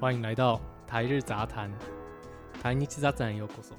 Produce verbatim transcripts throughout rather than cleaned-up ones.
欢迎来到台日杂談台日雑談へようこそ。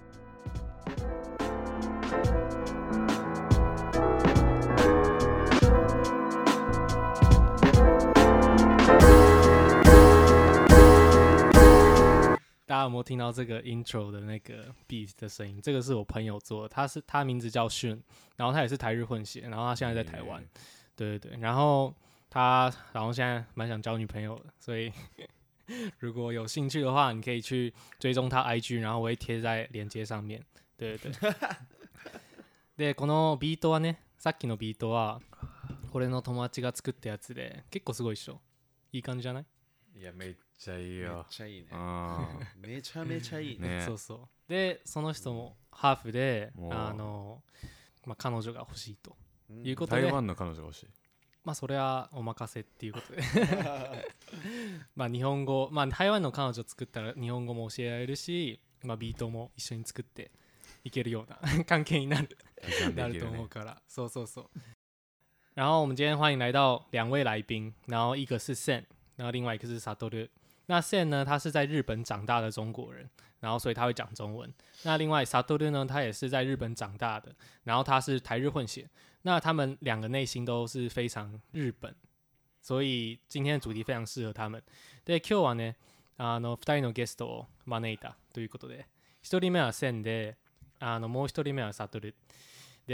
大家有没有听到这个 intro 的那个 beat 的声音？这个是我朋友做的，他是他名字叫迅，然后他也是台日混血，然后他现在在台湾，对对对，然后他然后现在蛮想交女朋友的，所以如果有興趣的話，你可以去追蹤他 I G， 然後我會貼在連接上面。對對對。で、このビートはね、さっきのビートは俺の友達が作ったやつで、結構すごいっしょ。いい感じじゃない？ いや、めっちゃいいよ。 めっちゃいいね。 めちゃめちゃいいね。 ねそうそう。で、その人もハーフで、あの、まあ、彼女が欲しいということで。 台湾の彼女が欲しい。 まあそれはお任せっていうことでまあ日本語、まあ台湾の彼女作ったら日本語も教えられるし、まあビートも一緒に作っていけるような関係になるなると思うから，そうそうそう。然后我们今天欢迎来到两位来宾，然后一个是 Sen， 然后另外一个是 Satoru。那 Sen 呢，他是在日本长大的中国人，然后所以他会讲中文。那另外 Satoru 呢，他也是在日本长大的，然后他是台日混血。那他们两个内心都是非常日本，所以今天的主题非常适合他们。で、今日はね、あの二人のゲストを招いたということで、一人目はセンで、あのもう一人目はサトルです。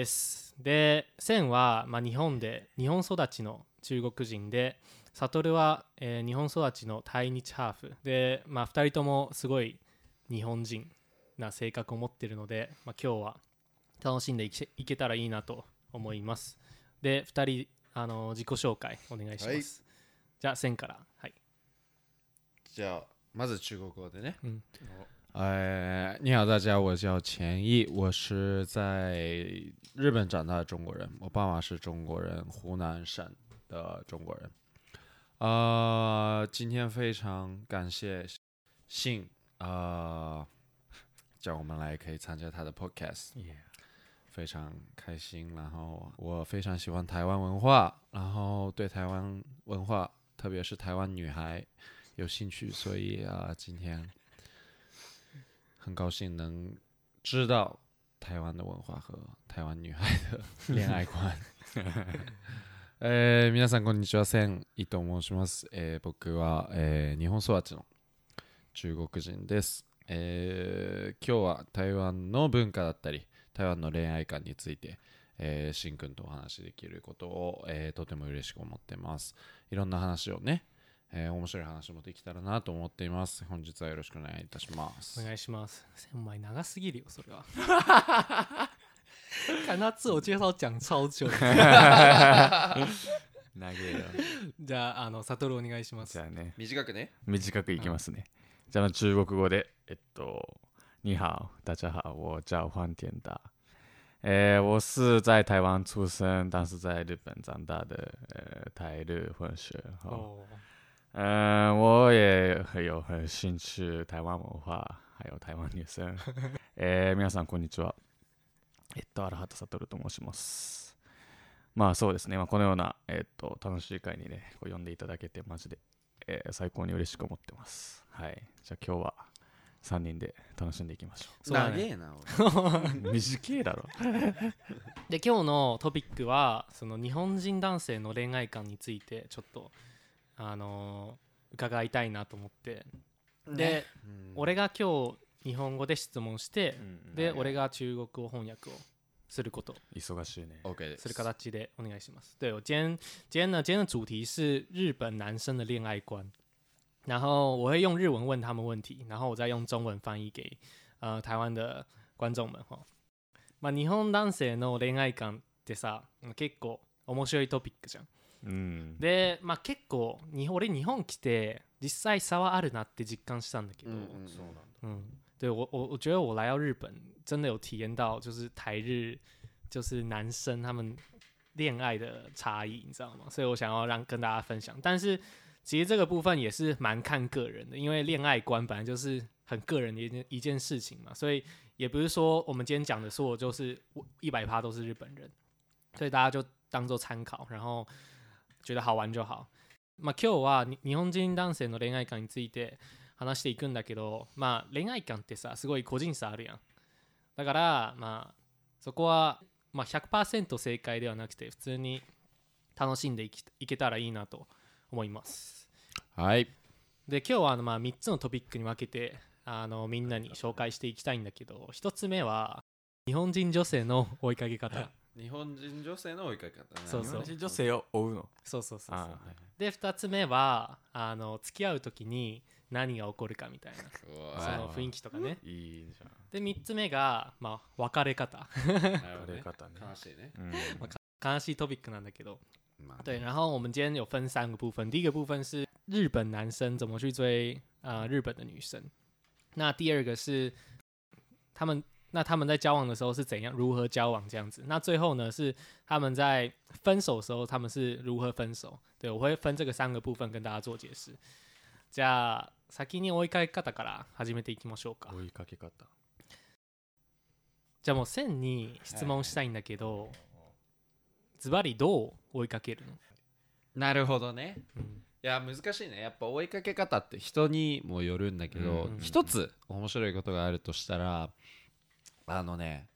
で、センは、まあ、日本で日本育ちの中国人で、サトルは、えー、日本育ちの対日ハーフで、まあ、二人ともすごい日本人な性格を持っているので、まあ、今日は楽しんでいけ、いけたらいいなと思います。で、ふたりあの自己紹介お願いします。はい、じゃあ、センから。はい。 じゃあ、まず中国語でね。 嗯， 呃，你好，大家，我叫钱毅，我是在日本长大的中国人，我爸妈是中国人，湖南省的中国人。呃，今天非常感谢信，呃，叫我们来可以参加他的 podcast。Yeah.非常开心，然后我非常喜欢台湾文化，然后对台湾文化，特别是台湾女孩有兴趣，所以啊、呃，今天很高興能知道台湾的文化和台湾女孩的恋愛观。えー、皆さんこんにちは、千伊と申します。えー、僕は、えー、日本育ちの中国人です。えー、今日は台湾の文化だったり。台湾の恋愛観について、えー、しんくんとお話しできることを、えー、とても嬉しく思っています。いろんな話をね、えー、面白い話もできたらなと思っています。本日はよろしくお願いいたします。 お願いします。お前長すぎるよそれは。看他自我介紹講超久。 長いよ。 じゃあ、あのサトルお願いします。 じゃあね。 短くね。 短くいきますね。うん、じゃあ中国語でえっと。你好，大家好，我叫黄天大。诶，我是在台湾出生，但是在日本长大的呃台日混血。哦，嗯、呃，我也很有很兴趣台湾文化，还有台湾女生。えー、皆さんこんにちは。えっと荒畑悟と申します。まあそうですね。まあこのようなえっと楽しい会にねこう呼んでいただけてマジで、えー、最高に嬉しく思ってます。はい。じゃあ今日は。さんにんで楽しんでいきましょう。 長えな俺。短いだろ。 で、今日のトピックはその日本人男性の恋愛観についてちょっとあのー、伺いたいなと思って、ね、で、うん、俺が今日日本語で質問して、うん、で、俺が中国語翻訳をすること。 忙しいね。 OK。 する形でお願いします。对，我今天今天呢，今天的主题是日本男生的恋愛观。然后我会用日文问他们问题，然后我再用中文翻译给呃台湾的观众们哈。まあ日本男性の恋愛観ってさ、結構面白いトピックじゃん。 うん、 で、まあ結構に俺日本来て実際差はあるなって実感したんだけど。 嗯嗯，そうなんだ。 嗯，对我我我觉得我来到日本真的有体验到，就是台日就是男生他们恋爱的差异，你知道吗？所以我想要让跟大家分享，但是。其实这个部分也是蛮看个人的，因为恋爱观本来就是很个人的一件一件事情嘛，所以也不是说我们今天讲的所有就是一百趴都是日本人，所以大家就当做参考，然后觉得好玩就好。まあ今日は日本人男性の恋愛観について話していくんだけど、まあ恋愛観ってさすごい個人差あるやん。だからまあそこは、まあ、ひゃくパーセント 正解ではなくて普通に楽しんでいきいけたらいいなと思います。 はい。 で今日はあのまあみっつのトピックに分けてあのみんなに紹介していきたいんだけど、ひとつめは日本人女性の追いかけ方。 日本人女性の追いかけ方ね。 そうそう日本人女性を追うの。 そうそうそうそう。 あー、はいはい。 でふたつめはあの付き合う時に何が起こるかみたいなうわその雰囲気とかね。 いいじゃん。 でみっつめが、まあ、別れ方なるほど別ねれ方ね。 悲しいね。 うん。 悲しいトピックなんだけど。 まあ对，然后我们今天有分三个部分，第一个部分是日本男生怎么去追啊、呃、日本的女生，那第二个是他们那他们在交往的时候是怎样如何交往这样子，那最后呢是他们在分手的时候他们是如何分手。对，我会分这个三个部分跟大家做解释。じゃあ先に追いかけ方から始めていきましょうか。 追いかけ方。 じゃあもう千に質問したいんだけど、ズバリどう追いかけるの？ なるほどね。 うんいや難しいね。やっぱ追いかけ方って人にもよるんだけど、 うん一つ面白いことがあるとしたら、あのね、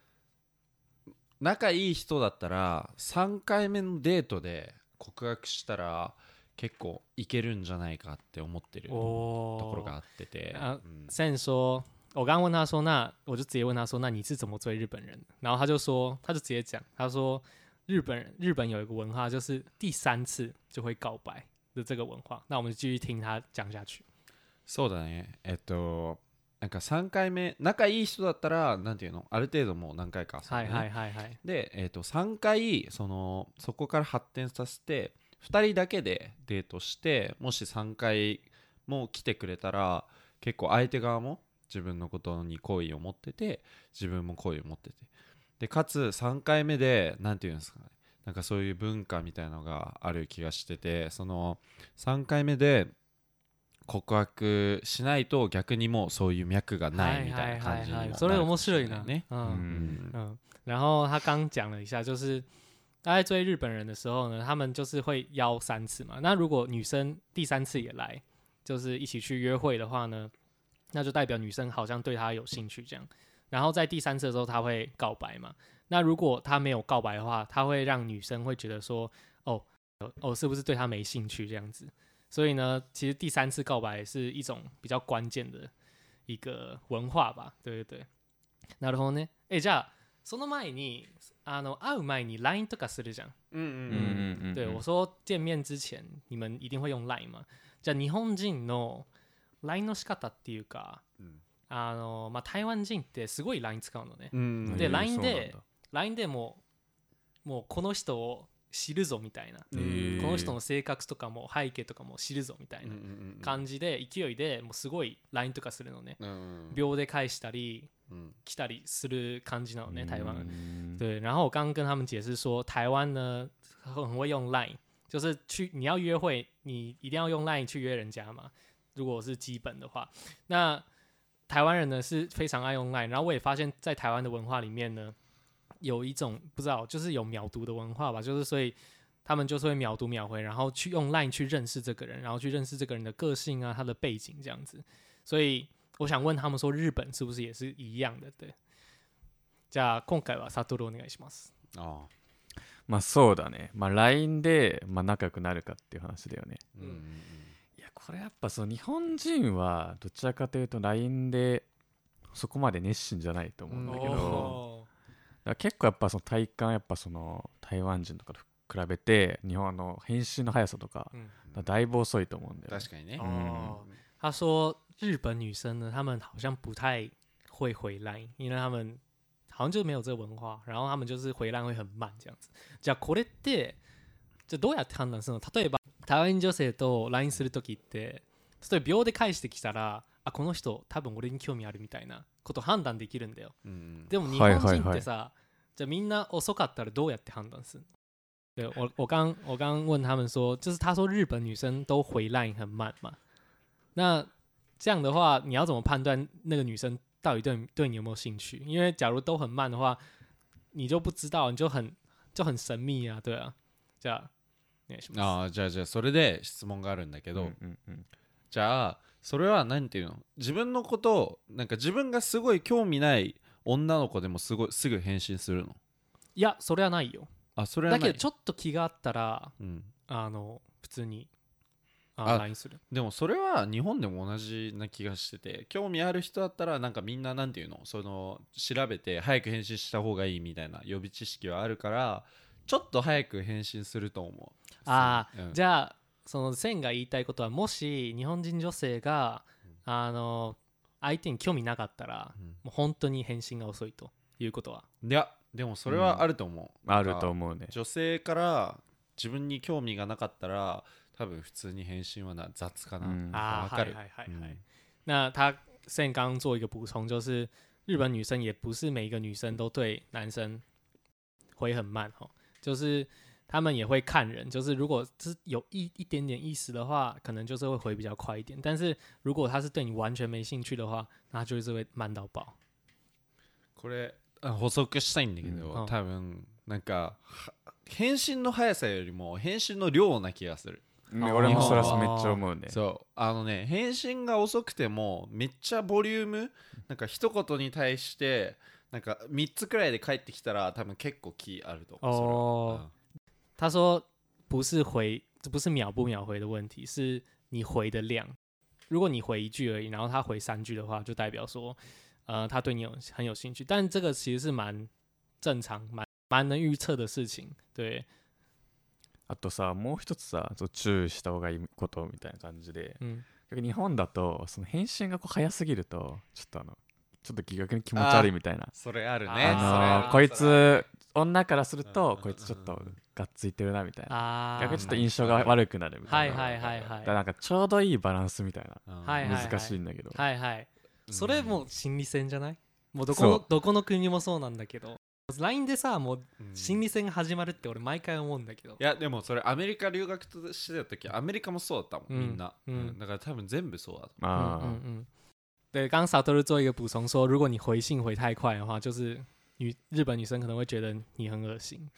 仲いい人だったらさんかいめのデートで告白したら結構いけるんじゃないかって思ってるところがあってて、 あうん Sam 说，我刚问他说，那我就直接问他说，那你是怎么追日本人？然后他就说，他就直接讲，他说日本人日本有一个文化，就是第三次就会告白的这个文化。那我们就继续听他讲下去。 そうだね。えっとなんかさんかいめ仲いい人だったらなんていうのある程度もう何回か遊んでね、 はいはいはいはい。 で、えー、とさんかいそのそこから発展させてふたりだけでデートして、もしさんかいも来てくれたら結構相手側も自分のことに好意を持ってて自分も好意を持ってて、でかつさんかいめでなんていうんですかね、なんかそういう文化みたいなのがある気がしてて、そのさんかいめで告白しないと逆にもうそういう脈がないみたいな感じにもなるかもしそれ面れ白いな。 ないね。 嗯うん。 嗯。然后他刚讲了一下，就是他在追日本人的时候呢，他们就是会邀三次嘛。那如果女生第三次也来，就是一起去约会的话呢，那就代表女生好像对他有兴趣这样。然后在第三次的时候，他会告白嘛。那如果他没有告白的话，他会让女生会觉得说，哦哦，是不是对他没兴趣这样子？所以呢，其实第三次告白是一种比较关键的一个文化吧。对对对。なるほどね。え、じゃあその前にあの会う前に ライン とかするじゃん。 うんうんうんうんうん。 对，我说见面之前你们一定会用 ライン 嘛。じゃあ日本人の ライン の仕方っていうか、 うんあのまあ台湾人ってすごい ライン 使うのね。 うんでえーラインそうなんでだライン でももうこの人を知るぞみたいな、 うんへーこの人の性格とかも背景とかも知るぞみたいな感じで勢いでもうすごい ライン とかするのね。 うん秒で返したりうん来たりする感じなのね、台湾。 うん对，然后我刚刚跟他们解释说，台湾呢很会用 Line，就是去你要约会，你一定要用 Line 去约人家嘛。如果是基本的话，那台湾人呢是非常爱用 Line，然后我也发现，在台湾的文化里面呢，有一种不知道，就是有秒读的文化吧，就是所以他们就是会秒读秒回，然后去用 Line 去认识这个人，然后去认识这个人的个性啊，他的背景这样子。所以我想问他们说，日本是不是也是一样的？对。じゃあ今回はサトルお願いします。 ああまあそうだね。まあ ライン で、まあ、仲良くなるかっていう話だよね。 うんうんいやこれやっぱそう日本人はどちらかというと ライン でそこまで熱心じゃないと思うんだけど、だから結構やっぱその体感やっぱその台湾人とかと比べて日本の返信の速さとか嗯だいぶ遅いと思うんだよね。 確かにね。 哦，他说日本女生呢，她们好像不太会回来，因为她们好像就没有这个文化，然后她们就是回来会很慢这样子。じゃあこれってじゃあどうやって判断するの？例えば台湾女性と ライン するときって例えば秒で返してきたらあこの人多分俺に興味あるみたいなこと判断できるんだよ。 うんでも日本人はいはいはいってさ、じゃあみんな遅かったらどうやって判断するの？对我我刚我刚问他们说，就是他说日本女生都回 line 很慢嘛，那这样的话你要怎么判断那个女生到底对你对你有没有興趣？因为假如都很慢的话，你就不知道，你就很就很神秘啊，对啊。じゃあお願いします。 ああじゃあじゃあそれで質問があるんだけど、 うんうんうんじゃあそれは何ていうの、自分のことをなんか自分がすごい興味ない女の子でもすごいすぐ返信するの？ いやそれはないよ。 あ、それはない。 だけどちょっと気があったら、 うん、 あの普通にああライン する。 でもそれは日本でも同じな気がしてて、興味ある人だったらなんかみんななんていうの、その調べて早く返信した方がいいみたいな予備知識はあるから、ちょっと早く返信すると思う。 ああ、 うん、 じゃあその線が言いたいことは、もし日本人女性が、うん、あの相手に興味なかったら、うん、もう本当に返信が遅いということは。 いやでもそれはあると思う、 うん、あると思うね。 女性から自分に興味がなかったら多分普通に返信はな雑かな、 嗯、啊， 分かる。 嗨嗨嗨嗨。那他 Sam 刚刚做一个补充，就是日本女生也不是每一个女生都对男生回很慢哈，就是他们也会看人，就是如果是有一一点点意思的话，可能就是会回比较快一点。但是如果他是对你完全没興趣的話，那他就是会慢到爆。 これ補足したいんだけど、うん、多分なんか返信の速さよりも返信の量な気がする。 俺もそれはめっちゃ思うね。 そうあのね、返信が遅くてもめっちゃボリューム、なんか一言に対してなんかみっつくらいで返ってきたら多分結構キーあると思う。 哦、嗯，他说不是回，这不是秒不秒回的问题，是你回的量。如果你回一句而已，然后他回三句的话，就代表说，呃，他对你有很有兴趣。但这个其实是蛮正常、蛮蛮能预測的事情，对。 あとさ、もう一つさ、注意した方がいいことみたいな感じで、うん、日本だとその返信がこう早すぎるとちょっとあのちょっと逆に気持ち悪いみたいな。 それあるね。 あのー、こいつ女からするとこいつちょっとがっついてるなみたいな。逆にちょっと印象が悪くなるみたいな。 はいはいはいはい。 だからなんかちょうどいいバランスみたいな。 はいはいはい、 難しいんだけど。 はいはい。それも心理戦じゃない？もうどこのどこの国もそうなんだけど。ライン でさ、もう心理戦が始まるって俺毎回思うんだけど、 いやでもそれアメリカ留学してた時、アメリカもそうだったもん、みんな、うんうん、だから多分全部そうだ。 啊，嗯嗯，对，刚刚萨托ル做一个补充说，如果你回信回太快的话，就是女日本女生可能会觉得你很恶心，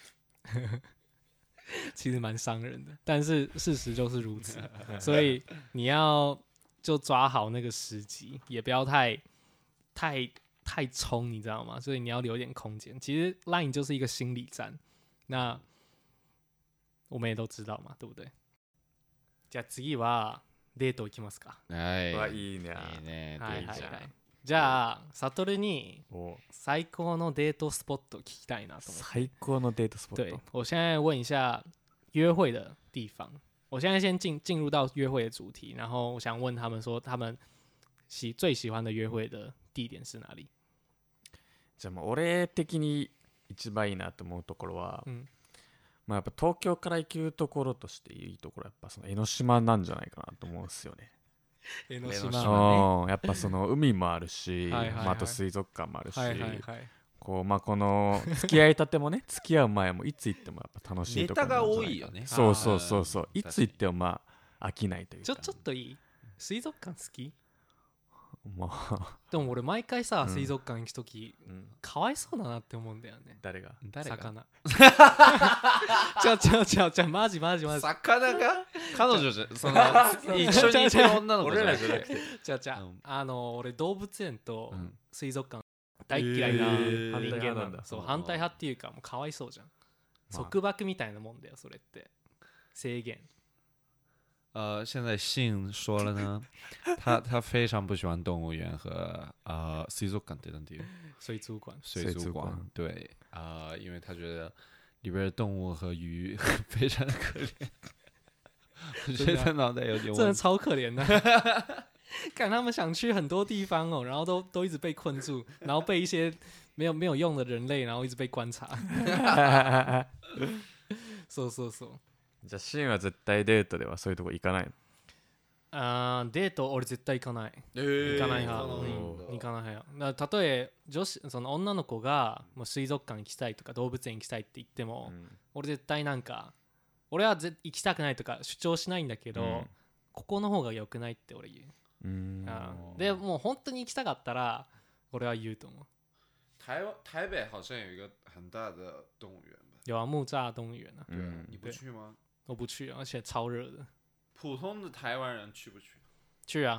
其实蛮伤人的，但是事实就是如此，所以你要就抓好那个时机，也不要太太。太冲，你知道吗？所以你要留一点空间。其实 Line 就是一个心理战，那我们也都知道嘛，对不对？じゃあ次はデート行きますか。 はい。 いいね。 いいね。 はいはいはい。じゃあサトルに最高のデートスポット聞きたいなと思って。 最高のデートスポット。 对，我现在问一下约会的地方。我现在先进进入到约会的主题，然后我想问他们说，他们喜最喜欢的约会的地点是哪里？ じゃあもう俺的に一番いいなと思うところは、うん、まあやっぱ東京から行くところとしていいところはやっぱその江ノ島なんじゃないかなと思うんですよね。 江ノ島、 ね、やっぱその海もあるし、はいはいはい、まあ、あと水族館もあるし、はいはいはい、こうまあこの付き合いたてもね付き合う前もいつ行ってもやっぱ楽しいところなんじゃないかな。ネタが多いよね。そうそうそうそう、いつ行ってもまあ飽きないというか。 ちょちょっといい？水族館好き？ まあ、 でも俺毎回さ、うん、水族館行くとき、うん、かわいそうだなって思うんだよね。 誰が？ 誰が？魚。ちょちょちょちょマジマジマジ。 魚が？彼女じゃその一緒にいる女の子じゃなくて。 ちょちょ、うん、あの俺動物園と水族館大嫌いな人間なんだ。そう反対派っていうかもうかわいそうじゃん。まあ、束縛みたいなもんだよそれって。制限。 呃，现在信说了呢，他他非常不喜欢动物园和呃水族馆对的地方。 水族馆， 水族馆，对啊、呃，因为他觉得里边的动物和鱼非常的可怜。我觉得脑袋有点问题， 真的超可怜的。看他们想去很多地方哦，然后都都一直被困住，然后被一些没有没有用的人类，然后一直被观察。そうそうそう。 じゃあシンは絶対デートではそういうとこ行かないの？ あーデート俺絶対行かない、えー、行かない派、うん、行かない派。だ例え女子その女の子がもう水族館行きたいとか動物園行きたいって言っても、うん、俺絶対なんか俺はぜ行きたくないとか主張しないんだけど、うん、ここの方が良くないって俺言う。うん、でもう本当に行きたかったら俺は言うと思う。 台湾台北好像有一个很大的动物园吧？ 有啊，木栅动物园啊。 对啊，你不去吗？ 我不去，而且超热的。 普通的台湾人去不去？ 去啊，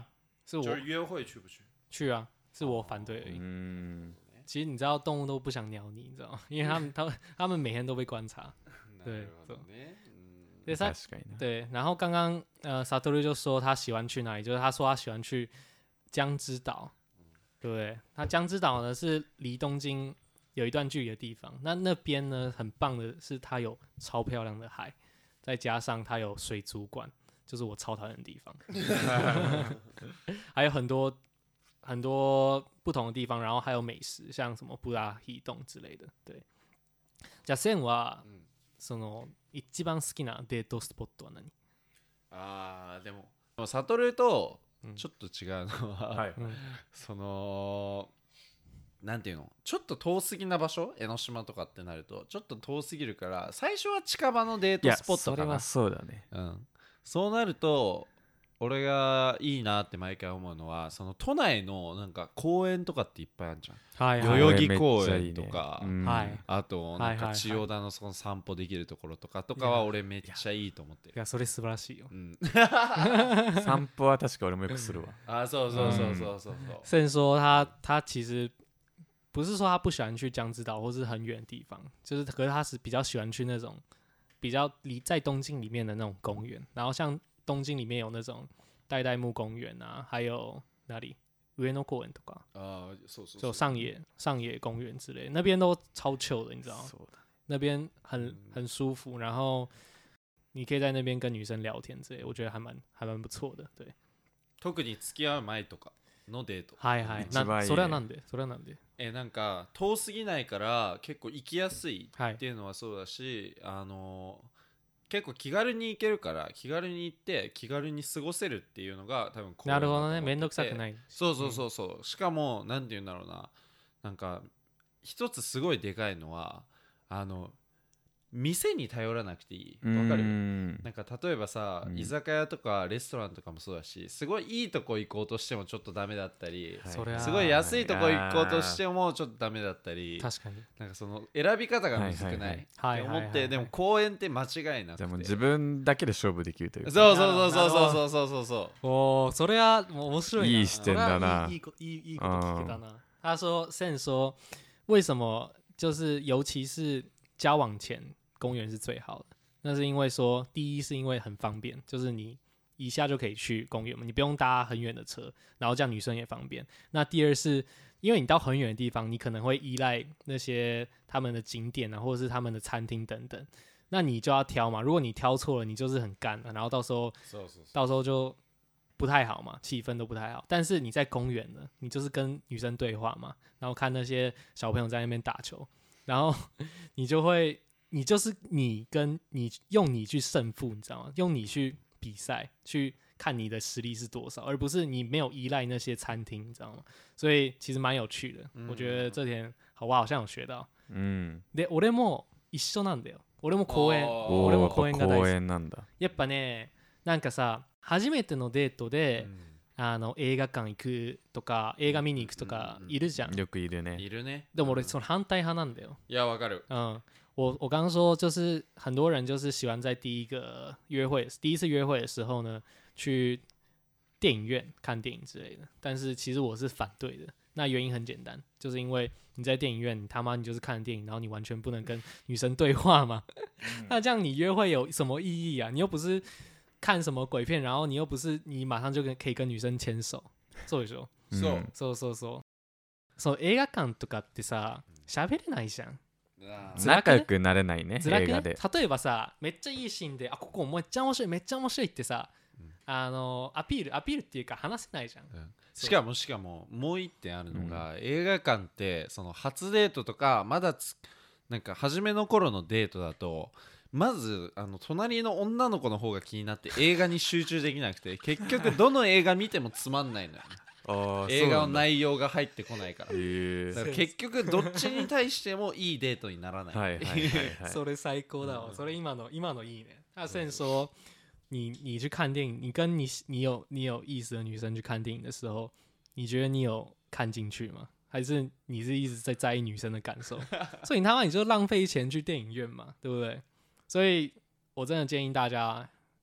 是我就是约会去不去？ 去啊，是我反对而已。 嗯， 其实你知道，动物都不想鸟你，你知道吗？因为他们他们他们每天都被观察。对なるほどね。 对，他確かにね。 对，然后刚刚呃，萨多鲁就说他喜欢去哪里，就是他说他喜欢去江之岛，对不对？他江之岛呢是离东京有一段距离的地方，那那边呢很棒的是它有超漂亮的海，再加上它有水族馆，就是我超讨厌的地方，还有很多很多不同的地方，然后还有美食，像什么布拉希洞之类的。对，じゃあセンはうんその一番好きなデートスポットは何？ あーでもでも悟とうんちょっと違うのは、 はい。 うんそのなんていうのちょっと遠すぎな場所江ノ島とかってなるとちょっと遠すぎるから最初は近場のデートいや、 スポットかなそれはそうだね。 うん、そうなると俺がいいなって毎回思うのはその都内のなんか公園とかっていっぱいあるじゃんはいはい代々木公園とかうんはいあとなんかはいはいはい千代田のその散歩できるところとかとかは俺めっちゃいいと思ってるいやそれ素晴らしいよ。 うん散歩は確か俺もよくするわ。 あそうそうそうそうそうそう甚至说他他其实不是说他不喜欢去江之岛或是很远的地方，就是可是他是比较喜欢去那种比较离在东京里面的那种公园，然后像东京里面有那种代代木公园啊，还有哪里上野公園とか， あそうそう就そう上野上野公园之类，那边都超 chill 的，你知道吗？ そうだ。 那边很很舒服，然后你可以在那边跟女生聊天之类，我觉得还蛮还蛮不错的。对， 特に付き合う前とかのデートはいはい。 一番いい那それはなんで？それはなんで？ えなんか遠すぎないから結構行きやすいはいっていうのはそうだし、あの結構気軽に行けるから気軽に行って気軽に過ごせるっていうのが多分公園なるだと思っててほどね。めんどくさくない。 そうそうそうそう、しかもなんて言うんだろうな、なんか一つすごいでかいのはあの店に頼らなくていいわかる？ うんなんか例えばさ、 うん居酒屋とかレストランとかもそうだしすごいいいとこ行こうとしてもちょっとダメだったり、 はいそれはすごい安いとこ行こうとしてもちょっとダメだったり、 確かに。 なんかその選び方がむずくないはいはいはいってはいはいはいはい思って、でも公園って間違いなくて、 じゃあもう自分だけで勝負できるというか。 そうそうそうそうそうそうそうそうおお、それはもう面白いな。 いい視点だなそれはいいいいこいいいいこと聞けたな。他说，Sen 说，为什么就是尤其是交往前，公园是最好的。那是因为说，第一是因为很方便，就是你一下就可以去公园嘛，你不用搭很远的车，然后这样女生也方便。那第二是因为你到很远的地方，你可能会依赖那些他们的景点啊，或者是他们的餐厅等等，那你就要挑嘛。如果你挑错了，你就是很干，然后到时候そうそうそう到时候就不太好嘛，气氛都不太好。但是你在公园呢，你就是跟女生对话嘛，然后看那些小朋友在那边打球，然后你就会，你就是你跟你用你去胜负，你知道吗？用你去比赛，去看你的实力是多少，而不是你没有依赖那些餐厅，你知道吗？所以其实蛮有趣的， 嗯我觉得这点好，我好像有学到。 うん。 で、俺も一緒なんだよ。俺も公園、 おー俺もおー公園が大好き。 公園なんだ。 やっぱね、なんかさ、初めてのデートで、 うんあの映画館行くとか映画見に行くとかいるじゃん。 よくいるね。 いるね。 でも俺その反対派なんだよ。 いやわかる。 嗯，我我刚刚说就是很多人就是喜欢在第一个约会、第一次约会的时候呢，去电影院看电影之类的。但是其实我是反对的。那原因很简单，就是因为你在电影院，你他妈你就是看电影，然后你完全不能跟女生对话嘛。那这样你约会有什么意义啊？你又不是看什么鬼片，然后你又不是你马上就跟可以跟女生牵手。そうでしょ。 そううんそうそうそう。そう映画館とかってさ、喋れないじゃん。 あーずらくね仲良くなれないね、 ずらくね映画で。 例えばさ、めっちゃいいシーンで、あ、ここめっちゃ面白い、めっちゃ面白いってさ、 うんあのアピール、アピールっていうか話せないじゃん。 うんしかもしかももう一点あるのが、映画館ってその初デートとかまだつなんか初めの頃のデートだとまずあの隣の女の子の方が気になって映画に集中できなくて結局どの映画見てもつまんないのよねあー映画のそうなんだ内容が入ってこないからへだから結局どっちに対してもいいデートにならないはいはいはいはい。 それ最高だわ。 うんそれ今の今のいいね。他甚至说，你你去看电影，你跟你你有你有意思的女生去看电影的时候，你觉得你有看进去吗？还是你是一直在在意女生的感受？所以你他妈你就浪费钱去电影院嘛，对不对？所以我真的建议大家，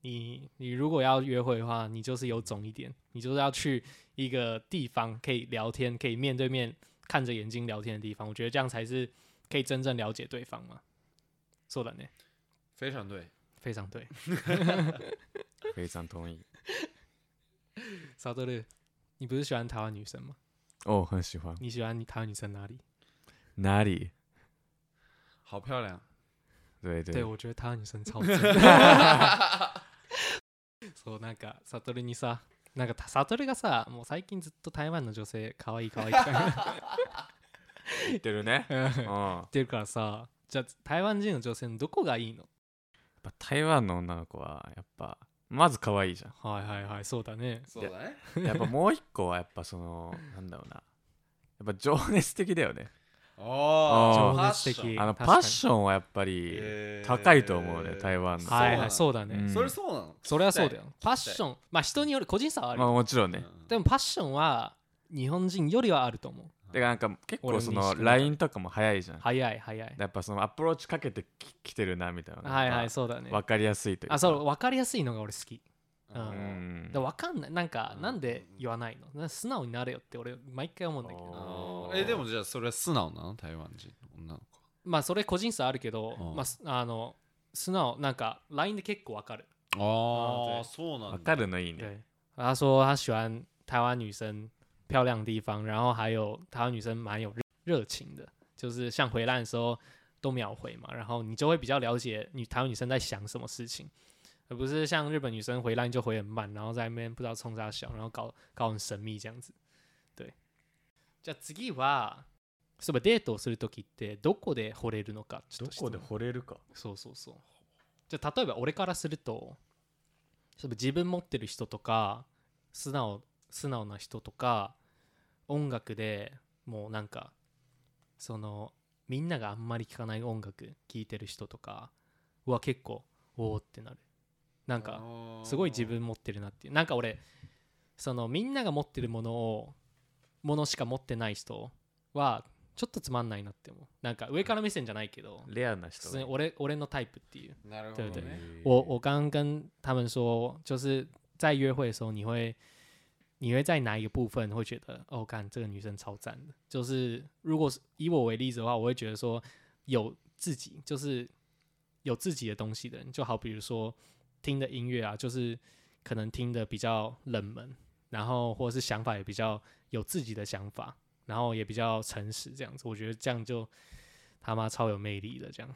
你你如果要约会的话，你就是有种一点，你就是要去一个地方可以聊天，可以面对面看着眼睛聊天的地方。我觉得这样才是可以真正了解对方嘛。そうだね。 非常对， 非常对。 非常同意。 萨多勒，你不是喜欢台湾女生吗？ 哦，很喜欢。 你喜欢你台湾女生哪里？ 哪里？ 好漂亮。 对对。 对，我觉得台湾女生超正。そうなんかサトルにさ、なんかサトルがさ、もう最近ずっと台湾の女性可愛い可愛いって言ってるね。うん。 言ってるからさ、じゃあ台湾人の女性のどこがいいの？ やっぱ台湾の女の子はやっぱまず可愛いじゃん。 はいはいはい、そうだね。 そうだね。 やっぱもう一個はやっぱそのなんだろうな、やっぱ情熱的だよね。 あ情熱的。 あのパッションはやっぱり高いと思うね、台湾の。 はいはい、そうだね、 うん、 それそうなの？ それはそうだよ。パッション、まあ人による個人差はある。 まあもちろんね。 でもパッションは日本人よりはあると思う。 だからなんか結構その ライン とかも早いじゃん。 早い早い。 やっぱそのアプローチかけてきてるなみたいな。 はいはい、そうだね。 分かりやすいというか。 あ、そう、分かりやすいのが俺好き。うん。 うん、 で分かんない。なんか、なんで言わないの？素直になれよって俺毎回思うんだけど。 え、でもじゃあそれは素直なの？台湾人の女の子。 まあそれ個人差あるけど、まああの素直なんか ライン で結構分かる。 ああ、そうなんだ。 分かるのいいね。 对，他说他喜欢台湾女生漂亮的地方，然后还有台湾女生蛮有热情的，就是像回来的时候都秒回嘛，然后你就会比较了解女台湾女生在想什么事情，而不是像日本女生回来就回很慢，然后在那边不知道冲啥小，然后搞搞很神秘这样子。对，じゃあ次はそういえばデートをするときってどこで惚れるのかちょっと質問。 どこで惚れるか。 そうそうそう。じゃあ例えば俺からすると、自分持ってる人とか素直素直な人とか音楽でもうなんかそのみんながあんまり聴かない音楽聴いてる人とかは結構おおってなる。なんかすごい自分持ってるなっていう。なんか俺そのみんなが持ってるものをものしか持ってない人はちょっとつまんないなって思う。なんか上から目線じゃないけどレアな人、 ね、俺俺のタイプっていう。 なるほどね。 对对，我我刚刚跟他们说，就是在约会的时候，你会你会在哪一个部分会觉得哦，干这个女生超赞的？就是如果是以我为例子的话，我会觉得说有自己就是有自己的东西的人，就好比如说听的音乐啊，就是可能听的比较冷门，然后或者是想法也比较有自己的想法。然后也比较诚实，这样子，我觉得这样就他妈超有魅力的这样。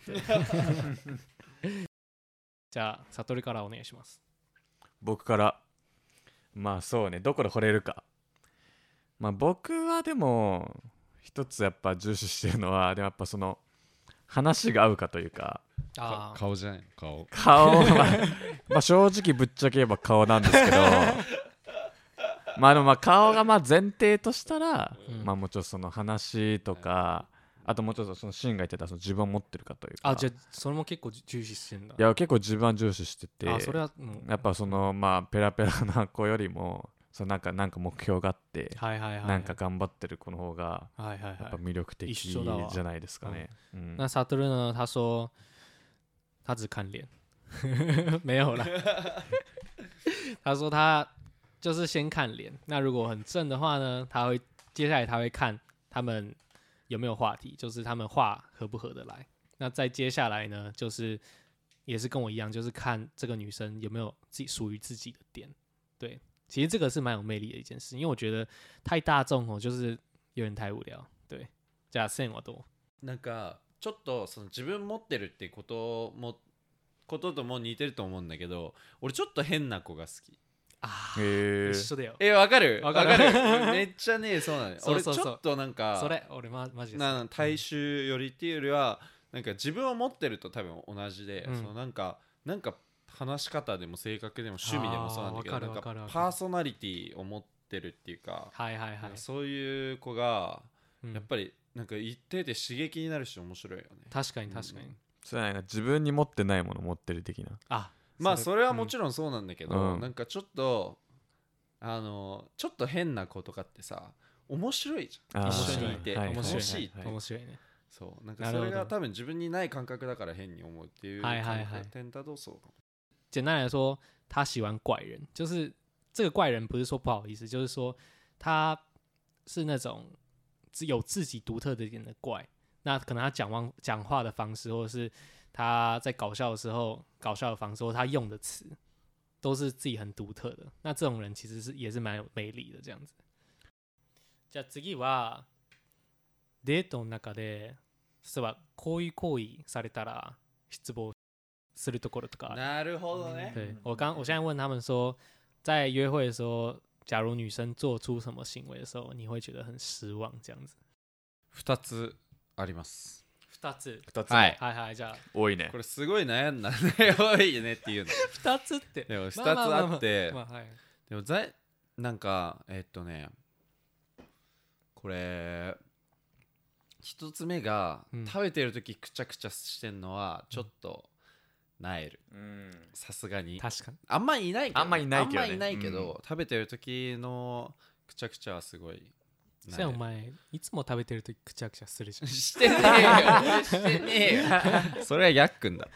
じゃあサトルからお願いします。 僕からまあそうね、どこで惚れるか。まあ僕はでも一つやっぱ重視してるのは、でもやっぱその話が合うかというか。 あ顔じゃない顔。 顔まあ、まあ正直ぶっちゃけ言えば顔なんですけど。まあでもまあ顔がまあ前提としたら、うん、まあもちろんその話とか、あともうちょっとそのシンが言ってたその自分を持ってるかというか。 あ、じゃあそれも結構重視してんだ。 いや結構自分は重視してて、 あ、それはもうやっぱそのまあペラペラな子よりもそのなんかなんか目標があって、 はいはいはい、 なんか頑張ってる子の方がやっぱ魅力的じゃないですかね。 嗯、那萨特ル呢？他说他只看脸，没有啦。他说他。就是先看脸，那如果很正的话呢，他会接下来他会看他们有没有话题，就是他们话合不合得来。那再接下来呢，就是也是跟我一样，就是看这个女生有没有自己属于自己的点。对，其实这个是蛮有魅力的一件事，因为我觉得太大众哦，就是有点太无聊。对，じゃあ線はどう？ なんかちょっとその自分持ってるってこともこととも似てると思うんだけど、俺ちょっと変な子が好き。 あー、一緒だよ。 え、わかるわかるめっちゃね、そうなの。俺ちょっとなんかそれ俺マジでな大衆寄りっていうよりは、なんか自分を持ってると多分同じで、うん、そのなんかなんか話し方でも性格でも趣味でもそうなんだけど、なんかパーソナリティを持ってるっていうか、 はいはいはい、 そういう子がやっぱりなんか一定で刺激になるし面白いよね。 確かに確かに。うん、 それは自分に持ってないもの持ってる的な。 あ、 まあそれはもちろんそうなんだけど、 うん、 なんかちょっとあのちょっと変な子とかってさ面白いじゃん。一緒にいて面白いって面白いね。 そうなんかそれが多分自分にない感覚だから変に思うっていう点だとそうかも。 简单来说， 他喜欢怪人，就是这个怪人不是说不好意思，就是说他是那种有自己独特的一点的怪。那可能他讲话讲话的方式，或者是他在搞笑的时候搞笑的方式，或他用的词，都是自己很独特的。那这种人其实是也是蛮有魅力的，这样子。じゃあ次はデートの中で例えばこういう行為されたら失望するところとか。 なるほどね。 对我刚我现在问他们说，在约会的时候，假如女生做出什么行为的时候，你会觉得很失望，这样子。 二つあります。 二つ。 ふたつ、 はいはいはいじゃあ多いねこれすごい悩んだね。多いねっていうの。 二つって。 でも二つまあまあまあまああって、 まあはい。 でもざいなんかえっとね、これ一つ目が、 うん食べてる時くちゃくちゃしてんのはちょっとなえる。 うんさすがに。 確かに。 あんまいないけど、 あんまいないけどねあんまいないけど、食べてる時のくちゃくちゃはすごいなそえる。 やお前いつも食べてるときくちゃくちゃするじゃん。 してねえよ俺してねえよそれはヤックンだ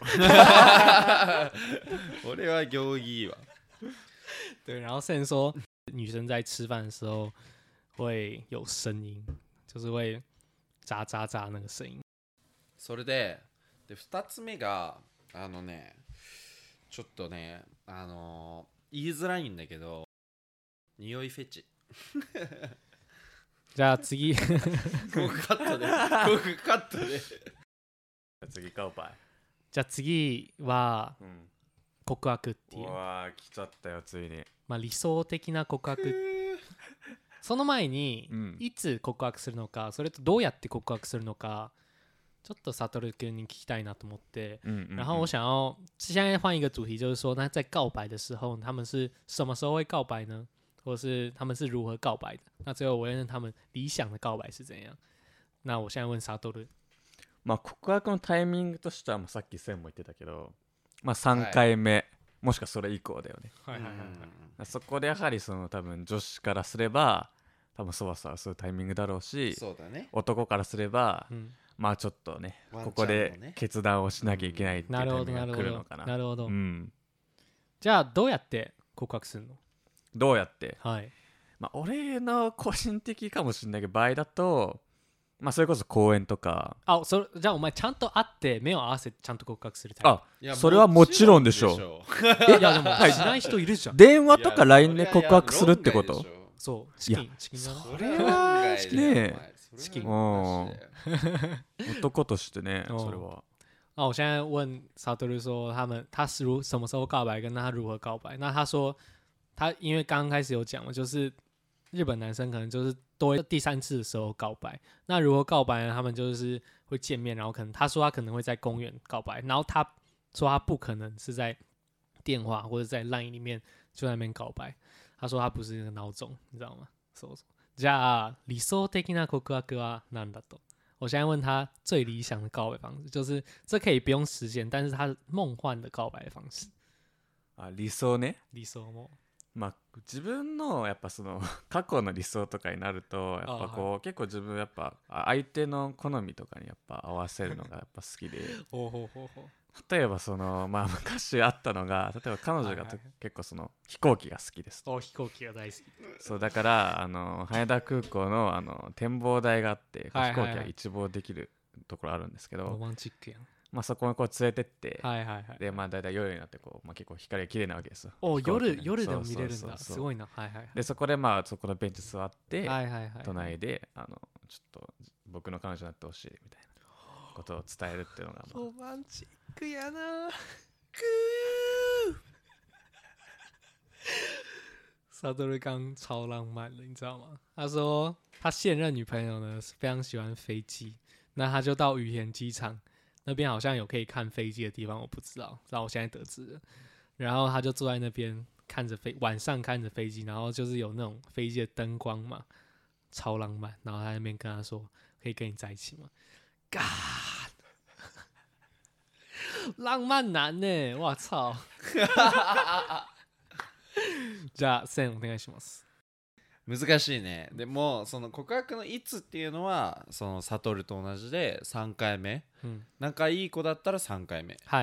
ろ俺は行儀は对，然后甚至说女生在吃饭的时候会有声音，就是会喳喳喳那个声音。 それででふたつめがあのねちょっとねあのー、言いづらいんだけど匂いフェチじゃあ次ここカットでここカットで次カウパイ、 じゃあ次はうん、 告白っていうう、 わー来ちゃったよついに、 まあ、理想的な告白。その前に、 うんいつ告白するのか、それとどうやって告白するのか、ちょっとサトル君に聞きたいなと思って。 うんうんうん、 然后我想要现在换一个主题，就是说，那在告白的时候，他们是什么时候会告白呢？或者是他们是如何告白的？那最后我问他们理想的告白是怎样？那我现在问サトル。 まあ告白のタイミングとしてはもうさっきセンも言ってたけど、まあさんかいめ、はい、もしくはそれ以降だよね。 はいはいはいはい。 そこでやはりその多分女子からすれば多分そわそわするタイミングだろうし、 そうだね、 男からすれば、 うん、 まあちょっとねワンチャンのねここで決断をしなきゃいけないっていうタイミングが来るのかな。 なるほど。 うん、 じゃあどうやって告白するの？ どうやって？ はい。 まあ俺の個人的かもしれないけど場合だと、まあそれこそ公園とか。 あ、それじゃあお前ちゃんと会って目を合わせてちゃんと告白するタイプ。 あ、いやそれはもちろんでしょう。いやでもしない人いるじゃん。 電話とか ライン で告白するってこと？ そうチキンチキンだな。 それはねチキン。 男としてねそれは。 那我现在问萨多鲁说，他们他是如什么时候告白，跟他如何告白？那他说他因为刚刚开始有讲了，就是日本男生可能就是多第三次的时候告白。那如何告白呢？他们就是会见面，然后可能他说他可能会在公园告白，然后他说他不可能是在电话或者在 LINE 里面就在那边告白。他说他不是那个孬种，你知道吗？そうそう。じゃあ理想的な告白は何だと？我现在问他最理想的告白方式，就是这可以不用实现，但是他梦幻的告白方式。 あ、理想ね。 理想も。 まあ自分のやっぱその過去の理想とかになるとやっぱこう、はい、結構自分やっぱ相手の好みとかにやっぱ合わせるのがやっぱ好きでほうほうほうほう。 例えばそのまあ昔あったのが例えば彼女が、はいはい、結構その飛行機が好きですと。 お飛行機が大好き。 そうだからあの羽田空港のあの展望台があって、はいはいはい、飛行機が一望できるところあるんですけど、 ロマンチックやん。 まあ、そこにこう連れてって、 はいはいはい、 でまあ大体夜になってこう、まあ、結構光が綺麗なわけですよ。 お夜夜でも見れるんだ。すごいな。はいはいはい、 でそこでまあそこのベンチ座って、 はいはいはい、 隣であのちょっと僕の彼女になってほしいみたいなことを伝えるっていうのが、まあ、 ロマンチックやな。くー萨多鲁刚超浪漫的，你知道吗？他说他现任女朋友呢非常喜欢飞机，那他就到羽田机场。那边好像有可以看飞机的地方，我不知道，然后我现在得知了。然后他就坐在那边看着飞，晚上看着飞机，然后就是有那种飞机的灯光嘛，超浪漫。然后他在那边跟他说：“可以跟你在一起吗？” God， 浪漫男呢，我操！じゃあ、センお願いします。 難しいね。でもその告白のいつっていうのはそのサトルと同じでさんかいめ、うん、仲いい子だったらさんかいめ、 はい、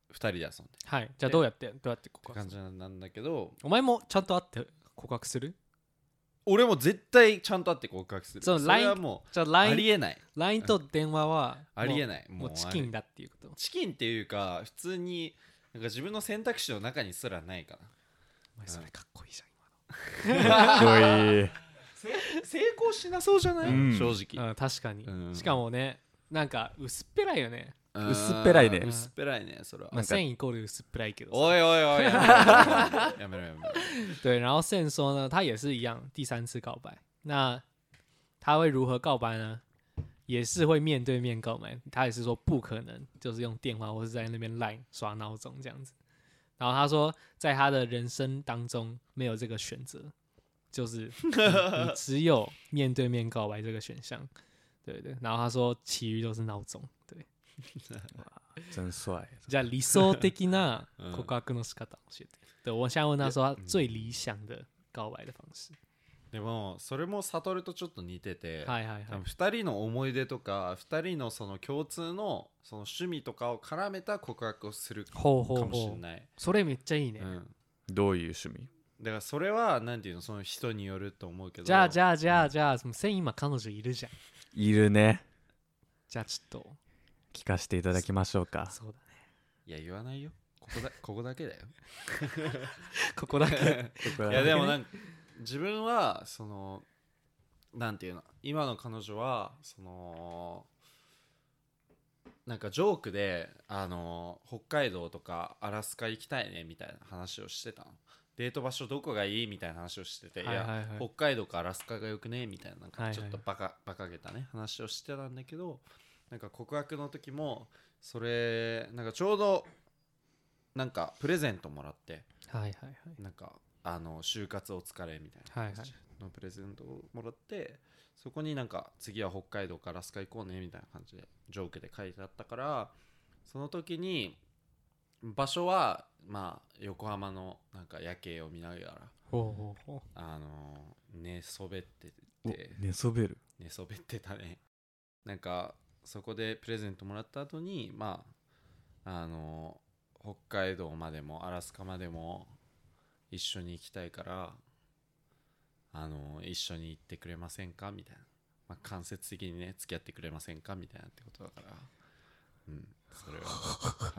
ふたりで遊んではいじゃあどうやってどうやって告感じ白するなんだけど、 お前もちゃんと会って告白する俺も絶対ちゃんと会って告白する。 そうそれはもじゃあうあラインりえない。 ライン と電話はありえないない。 もうチキンだっていうことチキンっていうか普通になんか自分の選択肢の中にすらないかお前それかっこいいじかっこいい。 な。成功しなそうじゃない、 うん正直、 ゃんうん確かにうんしかもねなんか薄っぺらいよねうん薄っぺらいね薄っぺらいねそれは。 まあ線イコール薄っぺらいけどさおいおいおいやめろやめろやめろ。 对，然后线说呢，他也是一样，第三次告白。那他会如何告白呢？也是会面对面告白。他也是说不可能，就是用电话或是在那边 Line 耍闹钟这样子。然后他说，在他的人生当中没有这个选择，就是你你只有面对面告白这个选项。对对。然后他说，其余都是闹钟。对。 真帅。 じゃあ理想的な告白の仕方教えて。对，我现在问他说他最理想的告白的方式。 でもそれも悟るとちょっと似てて、 はいはいはい。 ふたりの思い出とかふたりのその共通のその趣味とかを絡めた告白をするかほうほうもしほう。 れない。 それめっちゃいいね。 うんどういう趣味？ だからそれはなんていうのその人によると思うけど。 じゃあじゃあじゃあじゃあ、そのセイン今彼女いるじゃん。 いるね。 じゃあちょっと。 聞かせていただきましょうか。 そうだね。 いや言わないよ。ここだここだけだよ。 ここだけ。 いやでもなんか自分はそのなんていうの今の彼女はそのなんかジョークであの北海道とかアラスカ行きたいねみたいな話をしてたの。デート場所どこがいいみたいな話をしてて、 はいはいはいいや北海道かアラスカがよくねみたいななんはいはいかちょっとバカ、バカげたね話をしてたんだけど、なんか告白の時もそれなんかちょうどなんかプレゼントもらってはいはいはい。 なんかあの就活お疲れみたいなはいはい感じのプレゼントをもらって、そこになんか次は北海道からアラスカ行こうねみたいな感じでジョークで書いてあったから、その時に場所はまあ横浜のなんか夜景を見ながらほうほうほあの寝そべっておて寝そべる。 寝そべってたね。なんかそこでプレゼントもらった後にまああの北海道までもアラスカまでも一緒に行きたいからあの一緒に行ってくれませんかみたいな、まあ、間接的にね付き合ってくれませんかみたいなってことだから、うんそれは、はい、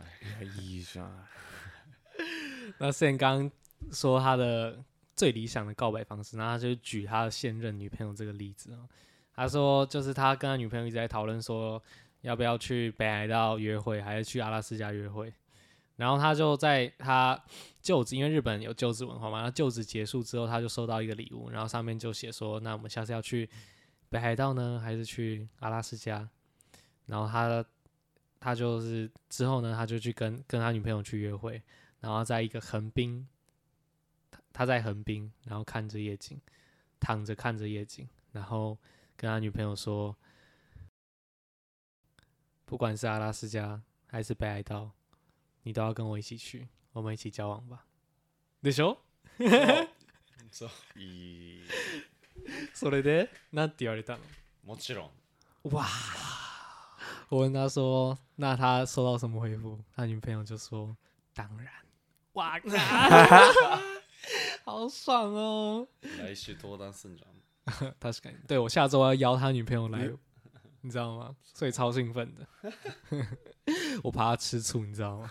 いやいいじゃん。 那 Sen 刚刚说他的最理想的告白方式，然后他就举他的现任女朋友这个例子啊。他说，就是他跟他女朋友一直在讨论说，要不要去北海道约会，还是去阿拉斯加约会。然后他就在他就职，因为日本有就职文化嘛，他就职结束之后，他就收到一个礼物，然后上面就写说，那我们下次要去北海道呢，还是去阿拉斯加？然后他他就是之后呢，他就去跟跟他女朋友去约会，然后在一个横滨，他他在横滨，然后看着夜景，躺着看着夜景，然后跟他女朋友说，不管是阿拉斯加还是北海道，你都要跟我一起去，我们一起交往吧。でしょ？ そういいそれでなんて言われたの？ もちろん哇！我问他说：“那他收到什么回复？”他女朋友就说：“当然。”哇靠！好爽哦！ 来週登壇すんじゃん。 確かに，对我下周要邀他女朋友来，你知道吗？所以超兴奋的。我怕他吃醋，你知道吗？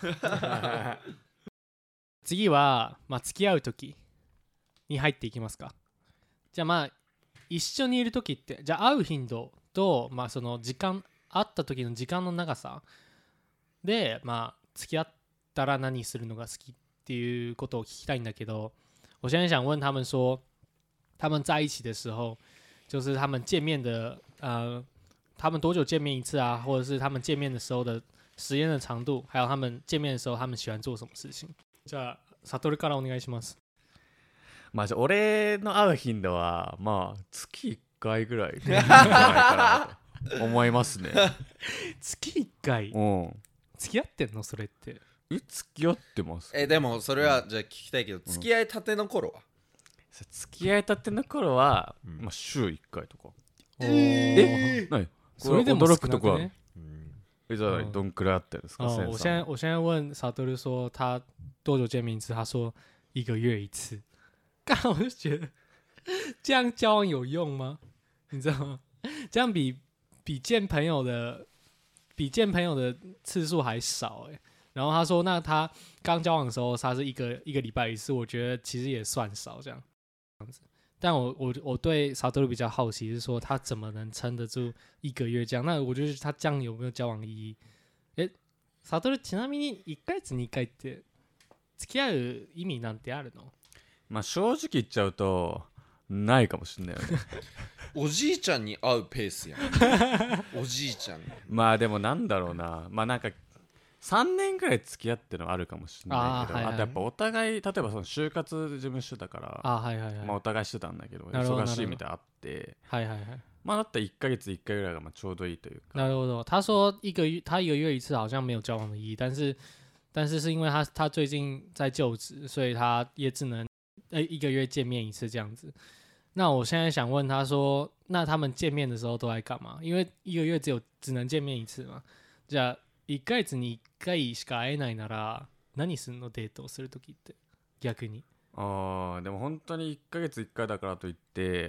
次はまあ付き合う時に入っていきますか。じゃあまあ一緒にいる時ってじゃあ会う頻度とまあその時間会った時の時間の長さでまあ付き合ったら何するのが好きっていうことを聞きたいんだけど，我现在想问他们说，他们在一起的时候，就是他们见面的呃，他们多久见面一次啊？或者是他们见面的时候的时间的长度，还有他们见面的时候他们喜欢做什么事情？じゃあ悟からお願いします。 まあじゃあ俺の会う頻度はまあ月いっかいぐらいじゃないかなと思いますね。 月いっかいうん付き合ってんのそれって？ え付き合ってます。 えでもそれはじゃあ聞きたいけど、付き合いたての頃は付き合いたての頃は、 うんまあ週いっかいとか。 え何それでも驚くとこは少なくね？ えじゃあどんくらいあってるんですか？ 哦，我现在我现在问萨多鲁说他多久见面一次，他说一个月一次。刚我就觉得这样交往有用吗？你知道吗？这样比比见朋友的比见朋友的次数还少哎、欸。然后他说，那他刚交往的时候，他是一个一个礼拜一次，我觉得其实也算少这样这样子。但我我我对萨多鲁比较好奇，是说他怎么能撑得住一个月这样？那我觉得他这样有没有交往意义？え、サトルちなみにいっかげつにいっかいって付き合う意味なんてあるの？ まあ正直言っちゃうとないかもしれないよね。 おじいちゃんに会うペースやん。おじいちゃん。 まあでもなんだろうな、まあなんかさんねんくらい付き合ってるのはあるかもしれないけど、 あ,、はいはい、あとやっぱお互い例えばその就活事務所だから、 あ、はいはいはい、 まあお互いしてたんだけど忙しいみたいなあって、 はいはいはい、 まあだったらいっかげついっかいぐらいがまあちょうどいいというか。 なるほど。他说一个月他一个月一次好像没有交往的意义，但是但是是因为他他最近在就职，所以他也只能呃一个月见面一次这样子。那我现在想问他说，那他们见面的时候都在干嘛？因为一个月只有只能见面一次嘛。じゃあいっかげつにいっかいしか会えないなら何するの？デートをするときって逆に。 ああ、でも本当にいっかげついっかいだからといって、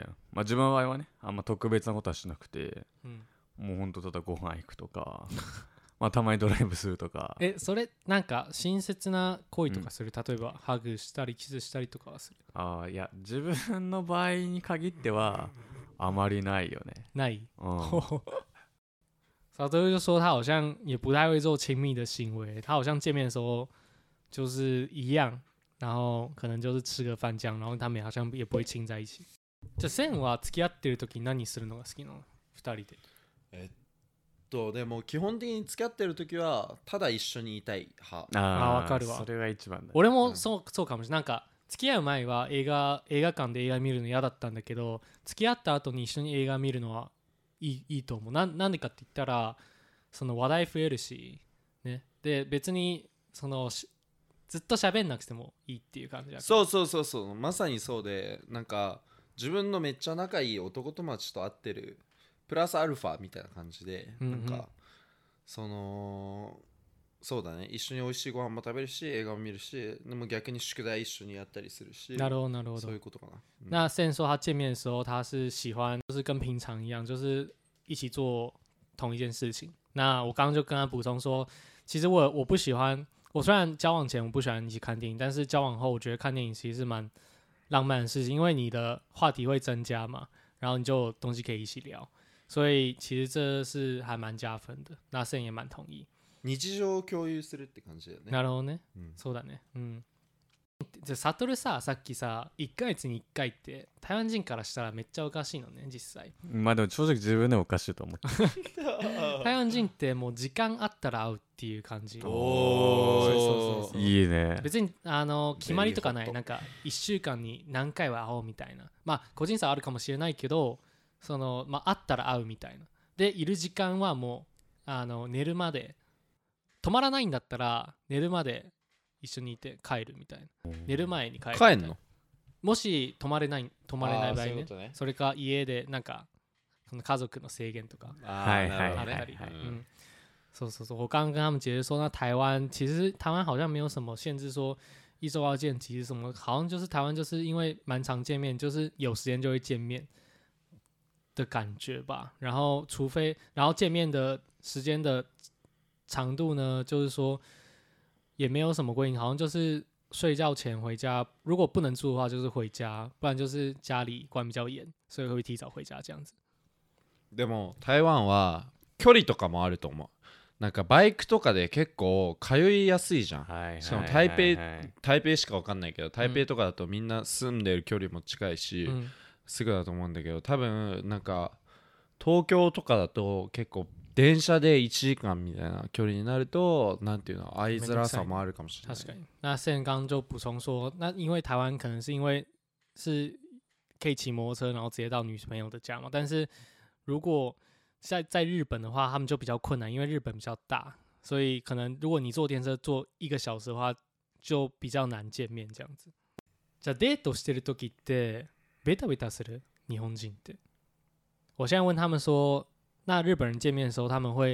まあ自分の場合はね、あんま特別なことはしなくて、うん、もう本当ただご飯行くとか、まあたまにドライブするとか。 え、それなんか親切な行為とかする？うん、例えばハグしたりキスしたりとかはする？ ああ、いや自分の場合に限ってはあまりないよね。 ない。 うん。 小周就说他好像也不太会做亲密的行为，他好像见面的时候就是一样，然后可能就是吃个饭这样，然后他们好像也不会亲在一起。じゃあセンは付き合ってる時何するのが好きなの？二人で。 えっとでも基本的に付き合ってる時はただ一緒にいたい派。 ああ、わかるわ。 それが一番だ。 俺もそう、そうかもしれない。なんか付き合う前は映画映画館で映画見るの嫌だったんだけど、付き合った後に一緒に映画見るのはいい、いいと思う。な、なんでかって言ったら、その話題増えるし、ね。で、別に、その、ずっと喋んなくてもいいっていう感じだ。 そうそうそうそう。まさにそうで、なんか、自分のめっちゃ仲いい男友達と会ってる、プラスアルファみたいな感じで、うんうん、なんか、その、そうだね。一緒に美味しいご飯も食べるし、映画も見るし、でも逆に宿題一緒にやったりするし。 なるほどなるほど。 そういうことかな。 嗯、那Sen说他见面的时候，他是喜欢就是跟平常一样，就是一起做同一件事情。那我刚刚就跟他补充说，其实我我不喜欢，我虽然交往前我不喜欢一起看电影，但是交往后我觉得看电影其实是蛮浪漫的事情，因为你的话题会增加嘛，然后你就有东西可以一起聊，所以其实这是还蛮加分的。那Sen也蛮同意。 日常を共有するって感じだよね。 なるほどね、うん、そうだね。うん。じゃあサトルさ、さっきさいっかげつにいっかいって台湾人からしたらめっちゃおかしいのね、実際。 まあでも正直自分でもおかしいと思って台湾人ってもう時間あったら会うっていう感じ。 おお、いいね。 別にあの決まりとかない。なんかいっしゅうかんに何回は会おうみたいな、まあ個人差あるかもしれないけど、そのまあ会ったら会うみたいなで、いる時間はもうあの寝るまで、止まらないんだったら寝るまで一緒にいて帰るみたいな。寝る前に帰るみたいな。 帰んの？ もし泊まれない泊まれない場合 ね, そういうことね。 それか家でなんかその家族の制限とかあったり、嗯，そうそうそう。我刚刚跟他们解释说，那台湾其实台湾好像没有什么限制，说一周要见几次什么，好像就是台湾就是因为蛮常见面，就是有时间就会见面的感觉吧。然后除非然后见面的时间的长度呢，就是说也没有什么规定，好像就是睡觉前回家，如果不能住的话就是回家，不然就是家里管比较严，所以会提早回家这样子。 でも台湾は距離とかもあると思う。なんかバイクとかで結構通いやすいじゃん。はい、しかも台北、台北しか分かんないけど、台北とかだとみんな住んでる距離も近いし、うん、すぐだと思うんだけど、多分なんか東京とかだと結構電車でいちじかんみたいな距離になると，なんていうの会いづらさもあるかもしれない。 確かに。那Sen刚就补充说，那因为台湾可能是因为是可以骑摩托车，然后直接到女朋友的家嘛，但是如果在在日本的话，他们就比较困难，因为日本比较大，所以可能如果你坐电车坐一个小时的话，就比较难见面这样子。じゃあデートしてる時ってベタベタする？日本人って。我现在问他们说，那日本人见面的时候他们会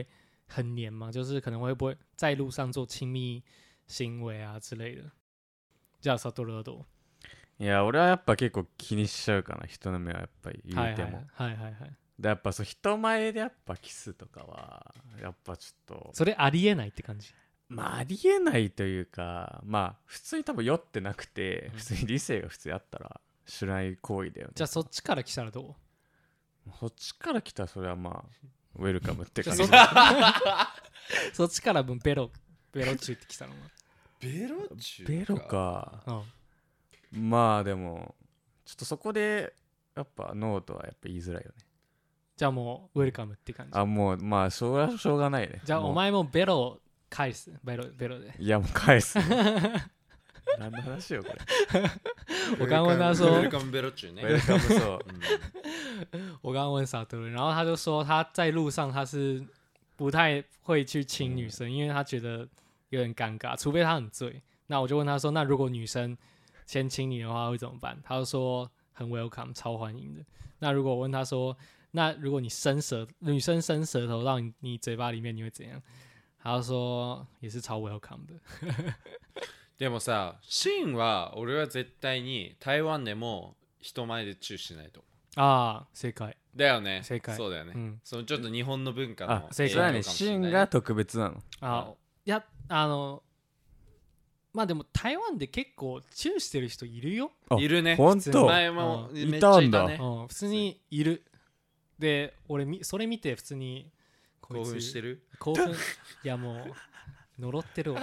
很黏吗？就是可能会不会在路上做亲密行为啊之类的。じゃあサトルはどう？ いや俺はやっぱ結構気にしちゃうかな、人の目はやっぱり言うても。 はいはいはいはい。 でやっぱそう人前でやっぱキスとかはやっぱちょっとそれありえないって感じ。 まあありえないというか、まあ普通に多分酔ってなくて、普通に理性が普通やったらしない行為だよね。 じゃあそっちから来たらどう？ そっちから来たらそれはまあウェルカムって感じ。 そっちからもベロベロチューって来たのは。 ベロチュベロか。 うん、 まあでもちょっとそこでやっぱノーとはやっぱ言いづらいよね。 じゃあもうウェルカムって感じ。 あもうまあしょうがしょうがないね。 じゃあお前もベロ返す。ベロベロで。 いやもう返す。何の話よこれ。 我刚问他说 Welcome ベロチュね。 ウェルカムそう。 我刚问萨德，然后他就说他在路上他是不太会去亲女生，因为他觉得有点尴尬，除非他很醉。那我就问他说，那如果女生先亲你的话会怎么办？他就说很 welcome， 超欢迎的。那如果我问他说，那如果你伸舌，女生伸舌头到 你, 你嘴巴里面，你会怎样？他就说也是超 welcome 的。 でもさ、シンは俺は絶対に台湾でも人前でチューしないと思う。 ああ、正解。 だよね。 正解。 そうだよね。 うん、 そのちょっと日本の文化のあ、正解ね。シンが特別なの。 あ、いや、あの、まあでも台湾で結構チューしてる人いるよ。 いるね。 本当。 前もめっちゃいたんだ。 ね、 うん、普通にいる。で、俺それ見て普通に興奮してる？ 興奮。いやもう。呪ってるわ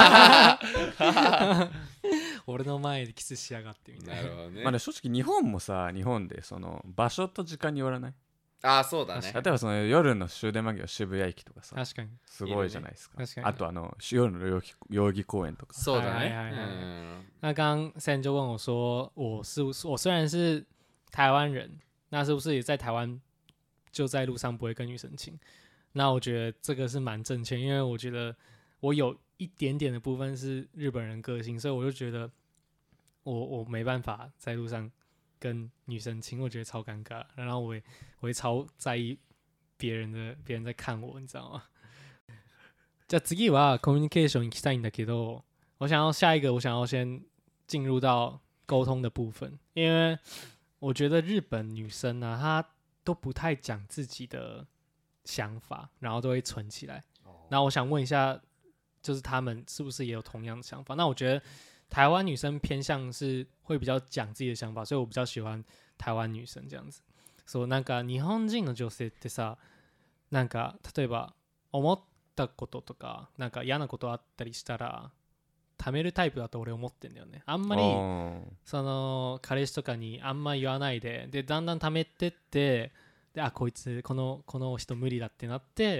俺の前でキスしやがってみたいな。 なるほどね。 まあ、ね、正直日本もさ、日本でその場所と時間によらない？ ああ、そうだね。 例えばその夜の終電間際渋谷駅とかさ、 確かにすごいじゃないですか。 確かにあとあの夜の代々木代々木公園とか。 そうだね。 はいはいはいはい嗯， 那刚刚 Sam 就问我说，我是我虽然是台湾人，那是不是也在台湾就在路上不会跟女生亲？那我觉得这个是蛮正确，因为我觉得我有一点点的部分是日本人个性，所以我就觉得我我没办法在路上跟女生亲，我觉得超尴尬，然后我也我会超在意别人的别人在看我，你知道吗？じゃあ次はコミュニケーション行きたいんだけど、我想要下一个，我想要先进入到沟通的部分，因为我觉得日本女生呢、啊，她都不太讲自己的想法，然后都会存起来。那我想问一下。就是他们是不是也有同样的想法？那我觉得台湾女生偏向是会比较讲自己的想法，所以我比较喜欢台湾女生这样子。そうなんか日本人の女性ってさ、なんか例えば思ったこととかなんか嫌なことあったりしたら貯めるタイプだと俺思ってんだよね。あんまりその彼氏とかにあんま言わないで、でだんだん貯めてって、であこいつこのこの人無理だってなって。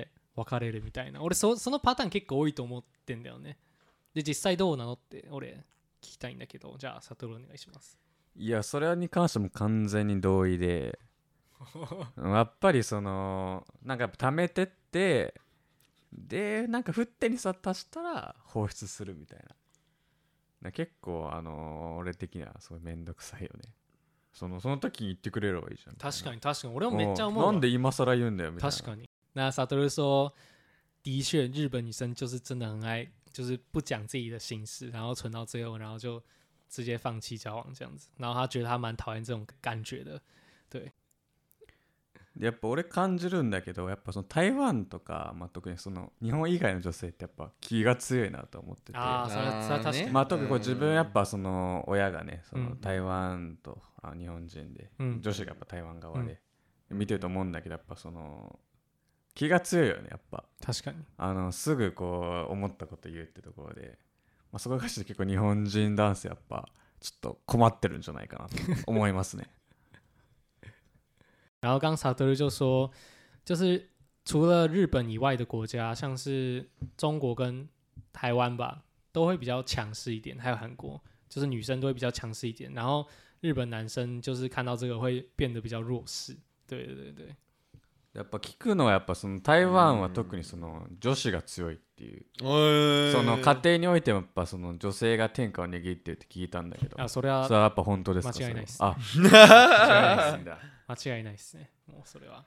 別れるみたいな。俺 そ, そのパターン結構多いと思ってんだよね。で実際どうなのって俺聞きたいんだけど、じゃあサトルお願いします。 いやそれに関しても完全に同意でやっぱりそのなんかやっぱ貯めてってでなんか振ってにさ足したら放出するみたいな。結構あのー、俺的にはすごいめんどくさいよね。そのその時に言ってくれればいいじゃん。 確かに確かに俺もめっちゃ思うわ。 なんで今更言うんだよみたいな。 確かに。那萨德说，的确，日本女生就是真的很爱，就是不讲自己的心事，然后存到最后，然后就直接放弃交往这样子。然后他觉得他蛮讨厌这种感觉的，对。 やっぱ俺感じるんだけど、やっぱその台湾とか、まあ、特にその日本以外の女性ってやっぱ気が強いなと思ってて、 ああ、それはそれは確かに。 まあ特にこう自分やっぱその親がね、その台湾と、あ日本人で、うん、女子がやっぱ台湾側で見てると思うんだけど、やっぱその気が強いよねやっぱ。 確かに。 あのすぐこう思ったこと言うってところで、まあ、そこがして結構日本人男性やっぱちょっと困ってるんじゃないかなと思いますね。 然后刚萨德尔就说，就是除了日本以外的国家，像是中国跟台湾吧，都会比较强势一点，还有韩国，就是女生都会比较强势一点。然后日本男生就是看到这个会变得比较弱势。对对对对。 やっぱ聞くのはやっぱその台湾は特にその女子が強いっていう、その家庭においてもやっぱその女性が天下を握ってるって聞いたんだけど、 あそれはそれはやっぱ本当ですか？ 間違いないです。 あ間違いないですんだ。 間違いないですね。もうそれは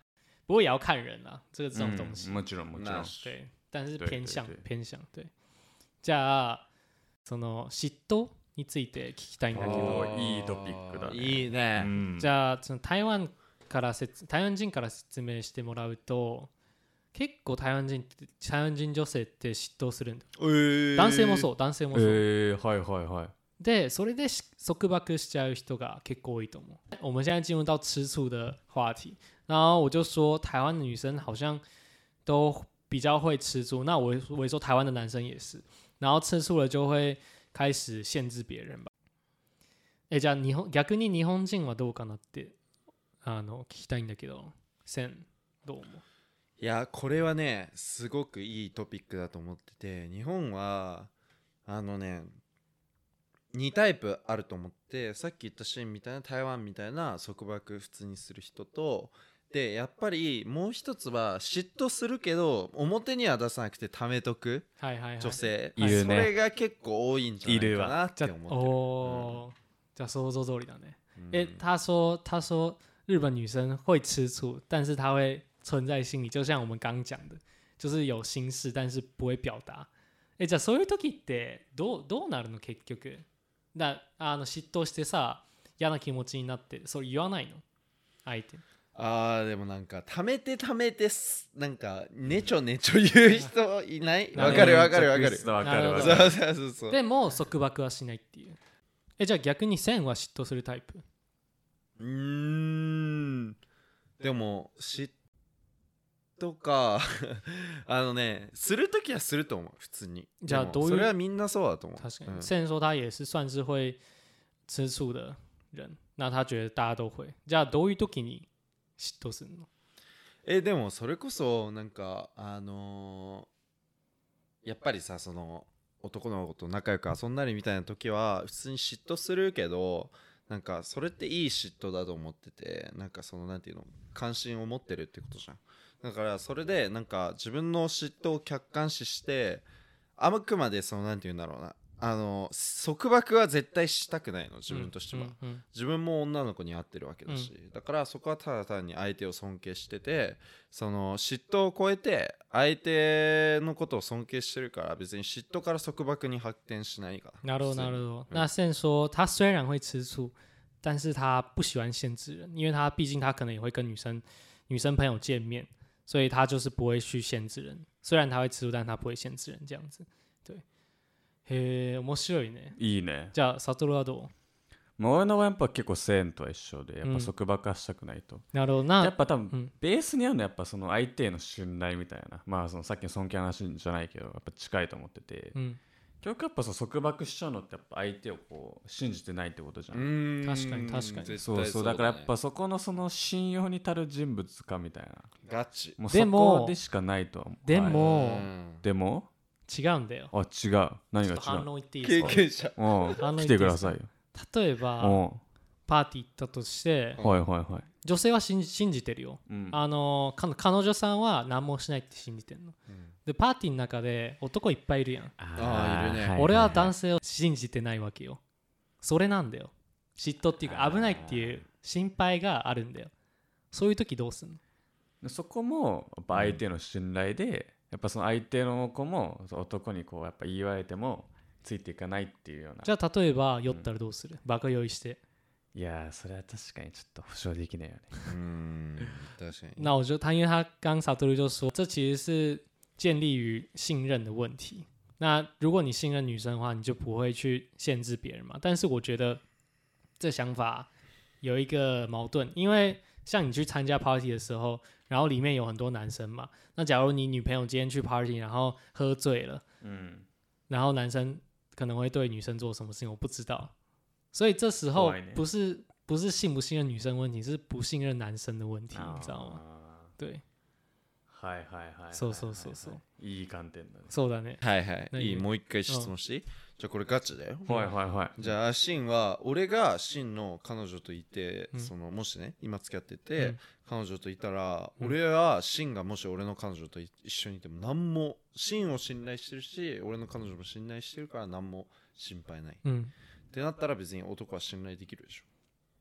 不过也要看人啊，这个这种东西。 もちろんもちろん。 对，但是对偏向对对偏向对。じゃあその嫉妬について聞きたいんだけど、 おーいいトピックだね。 いいね。 うんじゃあその台湾から説台湾人から説明してもらうと、結構台湾人って台湾人女性って嫉妬するんだよ。 えー男性もそう男性もそう。 えー、はいはいはい。 でそれで束縛しちゃう人が結構多いと思う。我们现在进入到吃醋的话题，然后我就说台湾的女生好像都比较会吃醋，那我我也说台湾的男生也是，然后吃醋了就会開始限制別人吧。えじゃあ日本逆に日本人はどうかなってあの聞きたいんだけど、センどう思う？ いやこれはねすごくいいトピックだと思ってて、日本はあのねにタイプあると思って、さっき言ったシーンみたいな台湾みたいな束縛普通にする人と、でやっぱりもう一つは嫉妬するけど表には出さなくて貯めとくはいはいはい。 女性、 いるねそれが結構多いんじゃないかなっじゃあて思ってる。 おー、じゃあ想像通りだね。 うん诶，他说他说日本女生会吃醋，但是她会存在心里，就像我们刚讲的，就是有心事，但是不会表達。えじゃあそういう時ってどうどうなるの結局？だあの嫉妬してさ嫌な気持ちになってそれ言わないの相手。 あーでもなんか貯めて貯めてすなんかねちょねちょ言う人いないわかるわかるわかる。 わかるわそかる。 うそうそうそう。 でも束縛はしないっていう。えじゃあ逆にセンは嫉妬するタイプ？ うーんでも嫉妬かあのねするときはすると思う普通に。でもじゃあどういうそれはみんなそうだと思う。 確かに、 うんセン说他也是算是会吃醋的人，那他觉得大家都会。じゃあどういう時に嫉妬するの？ えでもそれこそなんかあのーやっぱりさその男の子と仲良く遊んだりみたいな時は普通に嫉妬するけど、なんかそれっていい嫉妬だと思ってて、なんかそのなんていうの関心を持ってるってことじゃん。だからそれでなんか自分の嫉妬を客観視してあくまでそのなんていうんだろうな、あの束縛は絶対したくないの自分としては、 うんうん自分も女の子に会ってるわけだし、だからそこはただ単に相手を尊敬してて、その嫉妬を超えて相手のことを尊敬してるから別に嫉妬から束縛に発展しないから。 なるほどなるほど。那嗯现说他虽然会吃醋，但是他不喜欢限制人，因为他毕竟他可能也会跟女生女生朋友见面，所以他就是不会去限制人。虽然他会吃醋，但他不会限制人这样子。对，へえ面白いね。 いいね。 じゃあサトルはどもう俺のはやっぱ結構セーンと一緒で、やっぱ束縛はしたくないと。 う？なるほどな。 やっぱ多分、 うんベースにあるのはやっぱその相手への信頼みたいな、まあそのさっきの尊敬の話じゃないけど、やっぱ近いと思ってて、 うん結局やっぱそう束縛しちゃうのってやっぱ相手をこう信じてないってことじゃん。 うーん確かに確かに絶対そうそうだからやっぱそこのその信用に足る人物かみたいな、 ガチ。 もうそでもこでしかないとは思う。 ではいも、 うんでも違うんだよ。 あ違う何が違ちょっと反う論言っていいですか？ 経験者。 うん反論来てくださいよ。 例えばうんパーティー行ったとしてはいはいはい。 女性は信じ信じてるよ。 うんあのか彼女さんは何もしないって信じてるの。でパーティーの中で男いっぱいいるやん。 あーいるね俺は男性を信じてないわけよ。それなんだよ。嫉妬っていうか危ないっていう心配があるんだよ。そういう時どうすんの？ でそこもやっぱ相手の信頼で、やっぱその相手の子も男にこうやっぱ言われてもついていかないっていうような。 じゃあ例えば酔ったらどうする？バカ酔いして。 いやーそれは確かにちょっと保証できないよね。 うん確かに。 那我就他因为他刚萨多鲁就说，这其实是建立于信任的问题。那如果你信任女生的话，你就不会去限制别人嘛。但是我觉得这想法有一个矛盾，因为像你去参加 party 的时候，然后里面有很多男生嘛，那假如你女朋友今天去 party，然后喝醉了， 嗯， 然后男生可能会对女生做什么事情，我不知道。所以这时候怖いね不是不是信不信任女生问题，是不信任男生的问题，你知道吗？对。 はいはいはい。 そうそうそうそう。 いい観点だね。 そうだね。 はいはい。 何いいもう一回質問していい？じゃあこれガチだよ。 はいはいはい。 じゃあシンは俺がシンの彼女といて、 うんそのもしね今付き合ってて、 うん彼女といたら、 うん俺はシンがもし俺の彼女とい一緒にいても何もシンを信頼してるし俺の彼女も信頼してるから何も心配ないっうん。 てなったら別に男は信頼できるでしょ。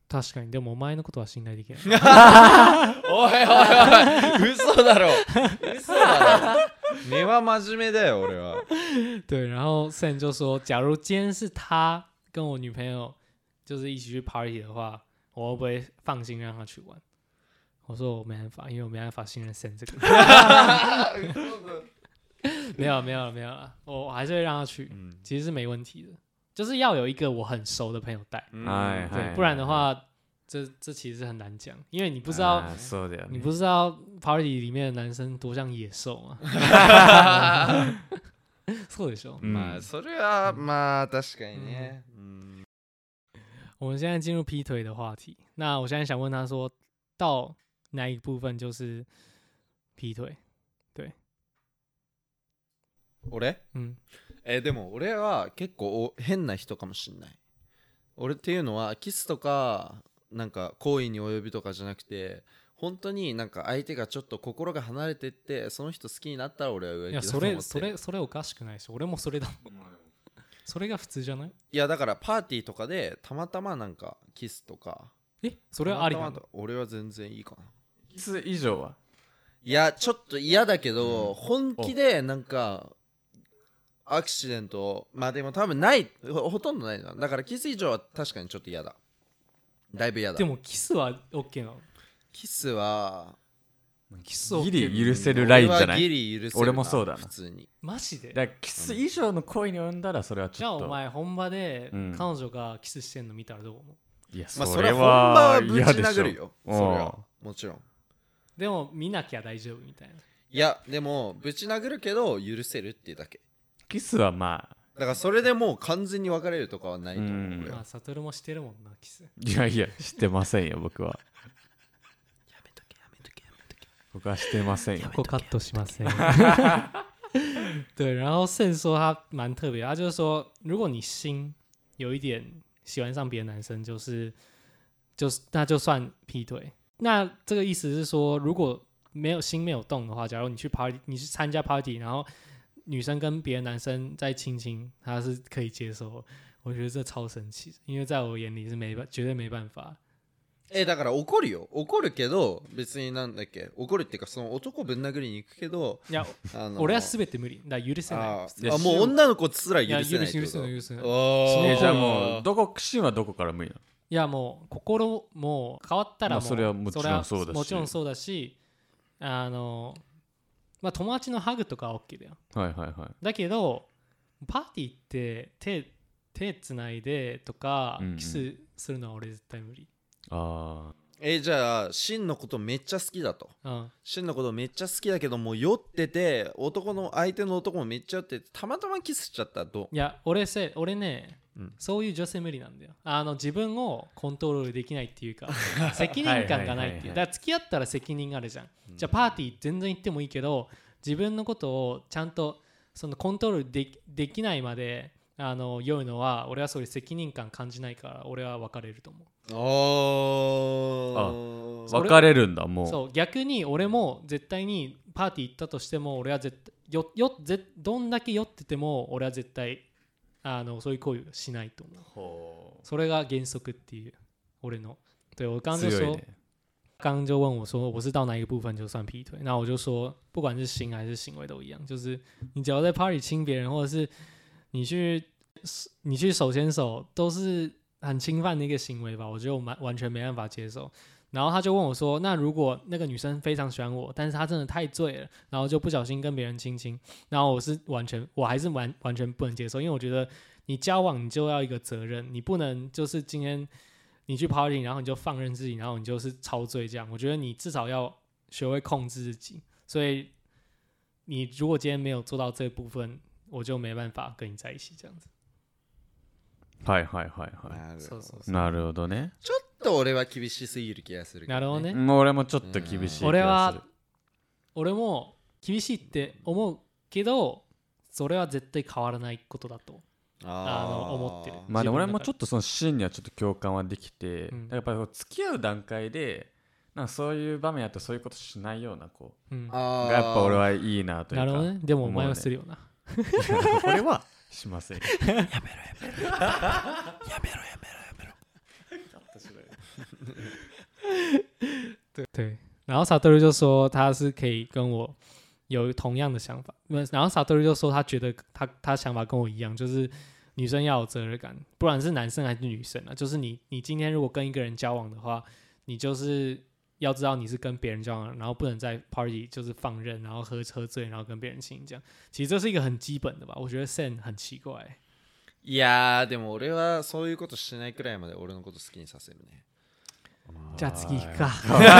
確かにでもお前のことは信頼できないおいおいおい嘘だろ嘘だろ根は真面目だよ俺は对，然后 Sen 就说，假如今天是他跟我女朋友就是一起去 party 的话，我会不会放心让他去玩？我说我没办法，因为我没办法信任 Sen 这个人。没有没有没有了，我我还是会让他去， 嗯其实是没问题的，就是要有一个我很熟的朋友带， 哎对，不然的话，这这其实很难讲，因为你不知道。 あーそうだよね。 你不知道 party 里面的男生多像野兽吗？そうでしょ。 うんまあそれはまあ確かにね、うん我们现在进入劈腿的话题，那我现在想问他说，到哪一部分就是劈腿？ 俺嗯， えーでも俺は結構お変な人かもしんない。俺っていうのはキスとかなんか行為に及びとかじゃなくて本当になんか相手がちょっと心が離れてってその人好きになったら俺は浮いや気だと思ってそれそれそれおかしくないし、俺もそれだもん。それが普通じゃない？ いやだからパーティーとかでたまたまなんかキスとかえ、それはありなの？ たまたまと俺は全然いいかな。 キス以上はいやちょっと嫌だけど、本気でなんかアクシデントまあでも多分ないほほとんどないな。だからキス以上は確かにちょっと嫌だ。だいぶ嫌だ。 でもキスは OK なの？ キスはキス OK ギリ許せるラインじゃな俺はギい？ リ許せるな。 俺もそうだな普通に。 マジで？ だからキス以上の恋に及んだらそれはちじゃあょっと。 お前本場でうん彼女がキスしてんの見たらどう思う？ いやまあそれそれは本場ははぶち嫌でしょ。 殴るよ。それはもちろん。 でも見なきゃ大丈夫みたいな。 いやでもぶち殴るけど許せるっていうだけ。 キスはまあだからそれでもう完全に別れるとかはないと思う。 うん俺はまあサトルもしてるもんなキス。 いやいやしてませんよ僕は。 やめとけやめとけやめとけ。 僕はしてませんよ。 ここカットしません。对，然后圣说他蛮特别，他就是说，如果你心有一点喜欢上别的男生，就是就是那就算劈腿。那这个意思是说，如果没有心没有动的话，假如你去 party，你去参加 party，然后女生跟别的男生在亲亲，他是可以接受。我觉得这超神奇，因为在我眼里是没办，绝对没办法。 えだから怒るよ怒るけど別になんだっけ怒るっていうかその男ぶん殴りに行くけどいや、 あの俺は全て無理。だから許せない。 あいやあもう女の子すらいや許せない許すってこと。 許す許す。 あーえじゃあもうどこ芯はどこから無理なの？ いやもう心も変わったらもう、 まあそれはもちろんそうだしそれはもちろんそうだし、あのまあ友達のハグとかは OK だよ。 はいはいはい。 だけどパーティーって手手つないでとかうんうんキスするのは俺絶対無理。 ああ。 えじゃあシンのことめっちゃ好きだと。 うん。 シンのことめっちゃ好きだけどもう酔ってて男の相手の男もめっちゃ酔っててたまたまキスしちゃったらどう？ いや俺せ俺ね、 うんそういう女性無理なんだよ。あの自分をコントロールできないっていうか責任感がないっていう。 はいはいはいはいだから付き合ったら責任があるじゃん。じゃあパーティー全然行ってもいいけど自分のことをちゃんとそのコントロールできできないまであの酔うのは俺はそういう責任感感じないから俺は別れると思う。 ああ別れるんだもう。 そう逆に俺も絶対にパーティー行ったとしても俺は絶対よよぜどんだけ酔ってても俺は絶対あのそういう行為をしないと思う。 ほそれが原則っていう俺の。对我刚刚就说， 強いね。 刚刚就问我说我是到哪一个部分就算劈腿，那我就说不管是心还是行为都一样，就是你只要在 party 亲别人，或者是你去你去手牵手，都是很侵犯的一个行为吧，我觉得我完完全没办法接受。然后他就问我说，那如果那个女生非常喜欢我，但是她真的太醉了，然后就不小心跟别人亲亲，然后我是完全我还是完完全不能接受，因为我觉得你交往你就要一个责任，你不能就是今天你去 party 然后你就放任自己，然后你就是超醉这样，我觉得你至少要学会控制自己。所以你如果今天没有做到这部分，我就没办法跟你在一起这样子。 はいはいはいはなるほどそうそうそう。 い。なるほどね。 ちょっと俺は厳しすぎる気がするけど、ね、 なるほどね。 もう俺もちょっと厳しい気がする。 俺は俺も厳しいって思うけど、それは絶対変わらないことだとあの思ってる。 まあでも俺もちょっっとそのシーンにはちょっと共感はできて、 うんやっぱりこう付き合う段階でなんかそういう場面やってそういうことしないような子と、うん、 あーがやっぱ俺はいいなというか。 なるほどね。でもお前はするよな。 これはしません。 やめろやめろやめろやめろやめろ对对，然后萨多鲁就说他是可以跟我有同样的想法，然后萨多鲁就说他觉得他他想法跟我一样，就是女生要有责任感，不管是男生还是女生啊，就是你你今天如果跟一个人交往的话，你就是要知道你是跟别人交往，然后不能在 party 就是放任，然后喝喝醉，然后跟别人亲这样。其实这是一个很基本的吧？我觉得 Sen 很奇怪、欸。 いやーでも俺はそういうことしないくらいまで俺のこと好きにさせるね。 じゃあ次行くか。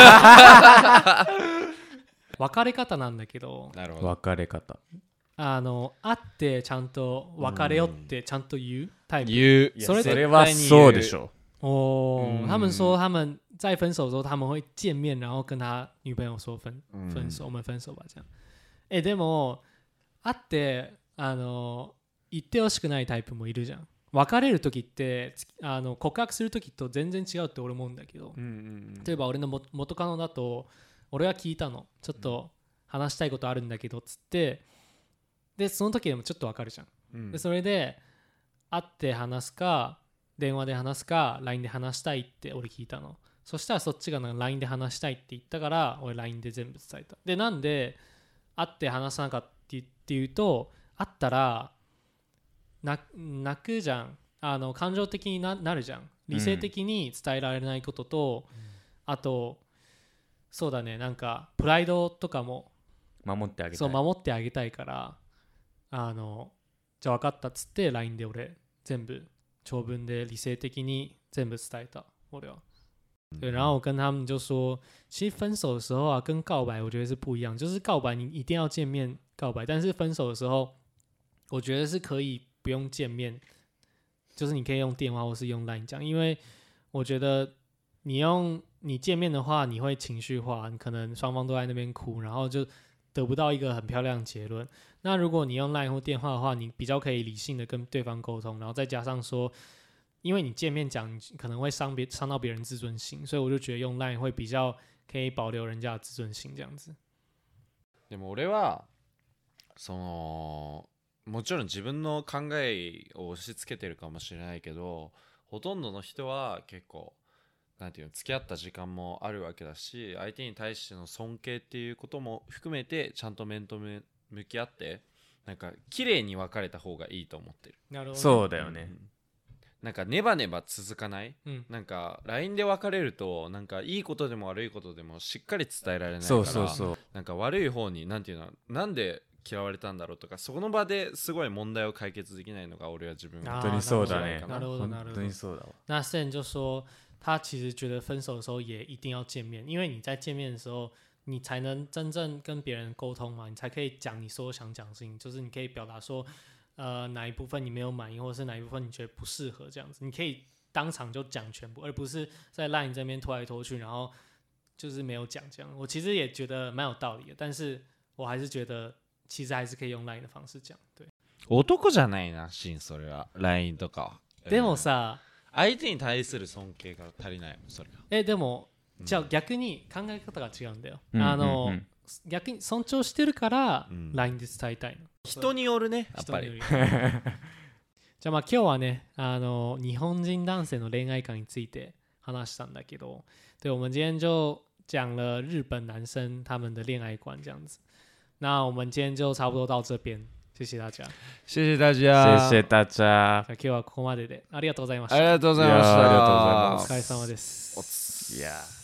別れ方なんだけど、 なるほど。 別れ方。 あの会ってちゃんと別れよってちゃんと言うタイプ。 言う。 それそれはそうでしょ。 哦、 嗯他们说他们在分手的时候他们会见面，然后跟他女朋友说分分手，我们分手吧这样。えでも会ってあの言ってほしくないタイプもいるじゃん。別れる時ってあの告白する時と全然違うって俺思うんだけど、 うんうんうん、 例えば俺の元カノだと俺は聞いたの、ちょっと話したいことあるんだけどっつって、でその時でもちょっとわかるじゃん、 うん、 でそれで会って話すか電話で話すか ライン で話したいって俺聞いたの。そしたらそっちがなんか ライン で話したいって言ったから俺 ライン で全部伝えた。でなんで会って話さなかったっていうと、会ったら泣くじゃん、あの感情的に な, なるじゃん、理性的に伝えられないことと、うん、あとそうだね、なんかプライドとかも守ってあげたい、 そう守ってあげたいから、あのじゃあ分かったっつって ライン で俺全部長文で理性的に全部伝えた俺は。对，然后我跟他们就说，其实分手的时候啊，跟告白我觉得是不一样。就是告白你一定要见面告白，但是分手的时候，我觉得是可以不用见面，就是你可以用电话或是用 LINE 讲，因为我觉得你用你见面的话，你会情绪化，你可能双方都在那边哭，然后就得不到一个很漂亮的结论。那如果你用 LINE 或电话的话，你比较可以理性的跟对方沟通，然后再加上说。因为你见面讲可能会伤别伤到别人自尊心，所以我就觉得用 ライン 会比较可以保留人家的自尊心这样子。 でも俺はそのもちろん自分の考えを押し付けてるかもしれないけど、ほとんどの人は結構なんていうの付き合った時間もあるわけだし、相手に対しての尊敬っていうことも含めてちゃんと面と向き合ってなんか綺麗に別れた方がいいと思ってる。 なるほど、ね、 そうだよね。うん、 なんかネバネバ続かない、うん、なんか ライン で別れるとなんかいいことでも悪いことでもしっかり伝えられないから、 そうそうそう、 なんか悪い方になんていうの、なんで嫌われたんだろうとか、そこの場ですごい問題を解決できないのが俺は自分は本当にそうだね。 なるほどなるほど。 本当にそうだわ。 那 Sen 就说他其实觉得分手的时候也一定要见面，因为你在见面的时候你才能真正跟别人沟通嘛，你才可以讲你所有想讲的事情，就是你可以表达说呃哪一部分你没有满意，或者是哪一部分你觉得不适合这样子，你可以当场就讲全部，而不是在 ライン 这边拖来拖去，然后就是没有讲这样。我其实也觉得蛮有道理的，但是我还是觉得其实还是可以用 ライン 的方式讲。对， 男じゃないなシーン、それは ライン とか。 でもさ、 相手に対する尊敬が足りないそれは。 えでもじゃあ逆に考え方が違うんだよ。うん、あの、うんうん、逆に尊重してるから ライン で伝えたいの。 人によるね、やっぱり。 じゃあまあ今日はね、あの日本人男性の恋愛観について話したんだけど、对，我们今天就讲了日本男生他们的恋爱观这样子。那我们今天就差不多到这边，谢谢大家。 谢谢大家。 谢谢大家。 今日はここまででありがとうございました。 ありがとうございました。 ありがとうございます。 お疲れ様です。 いや。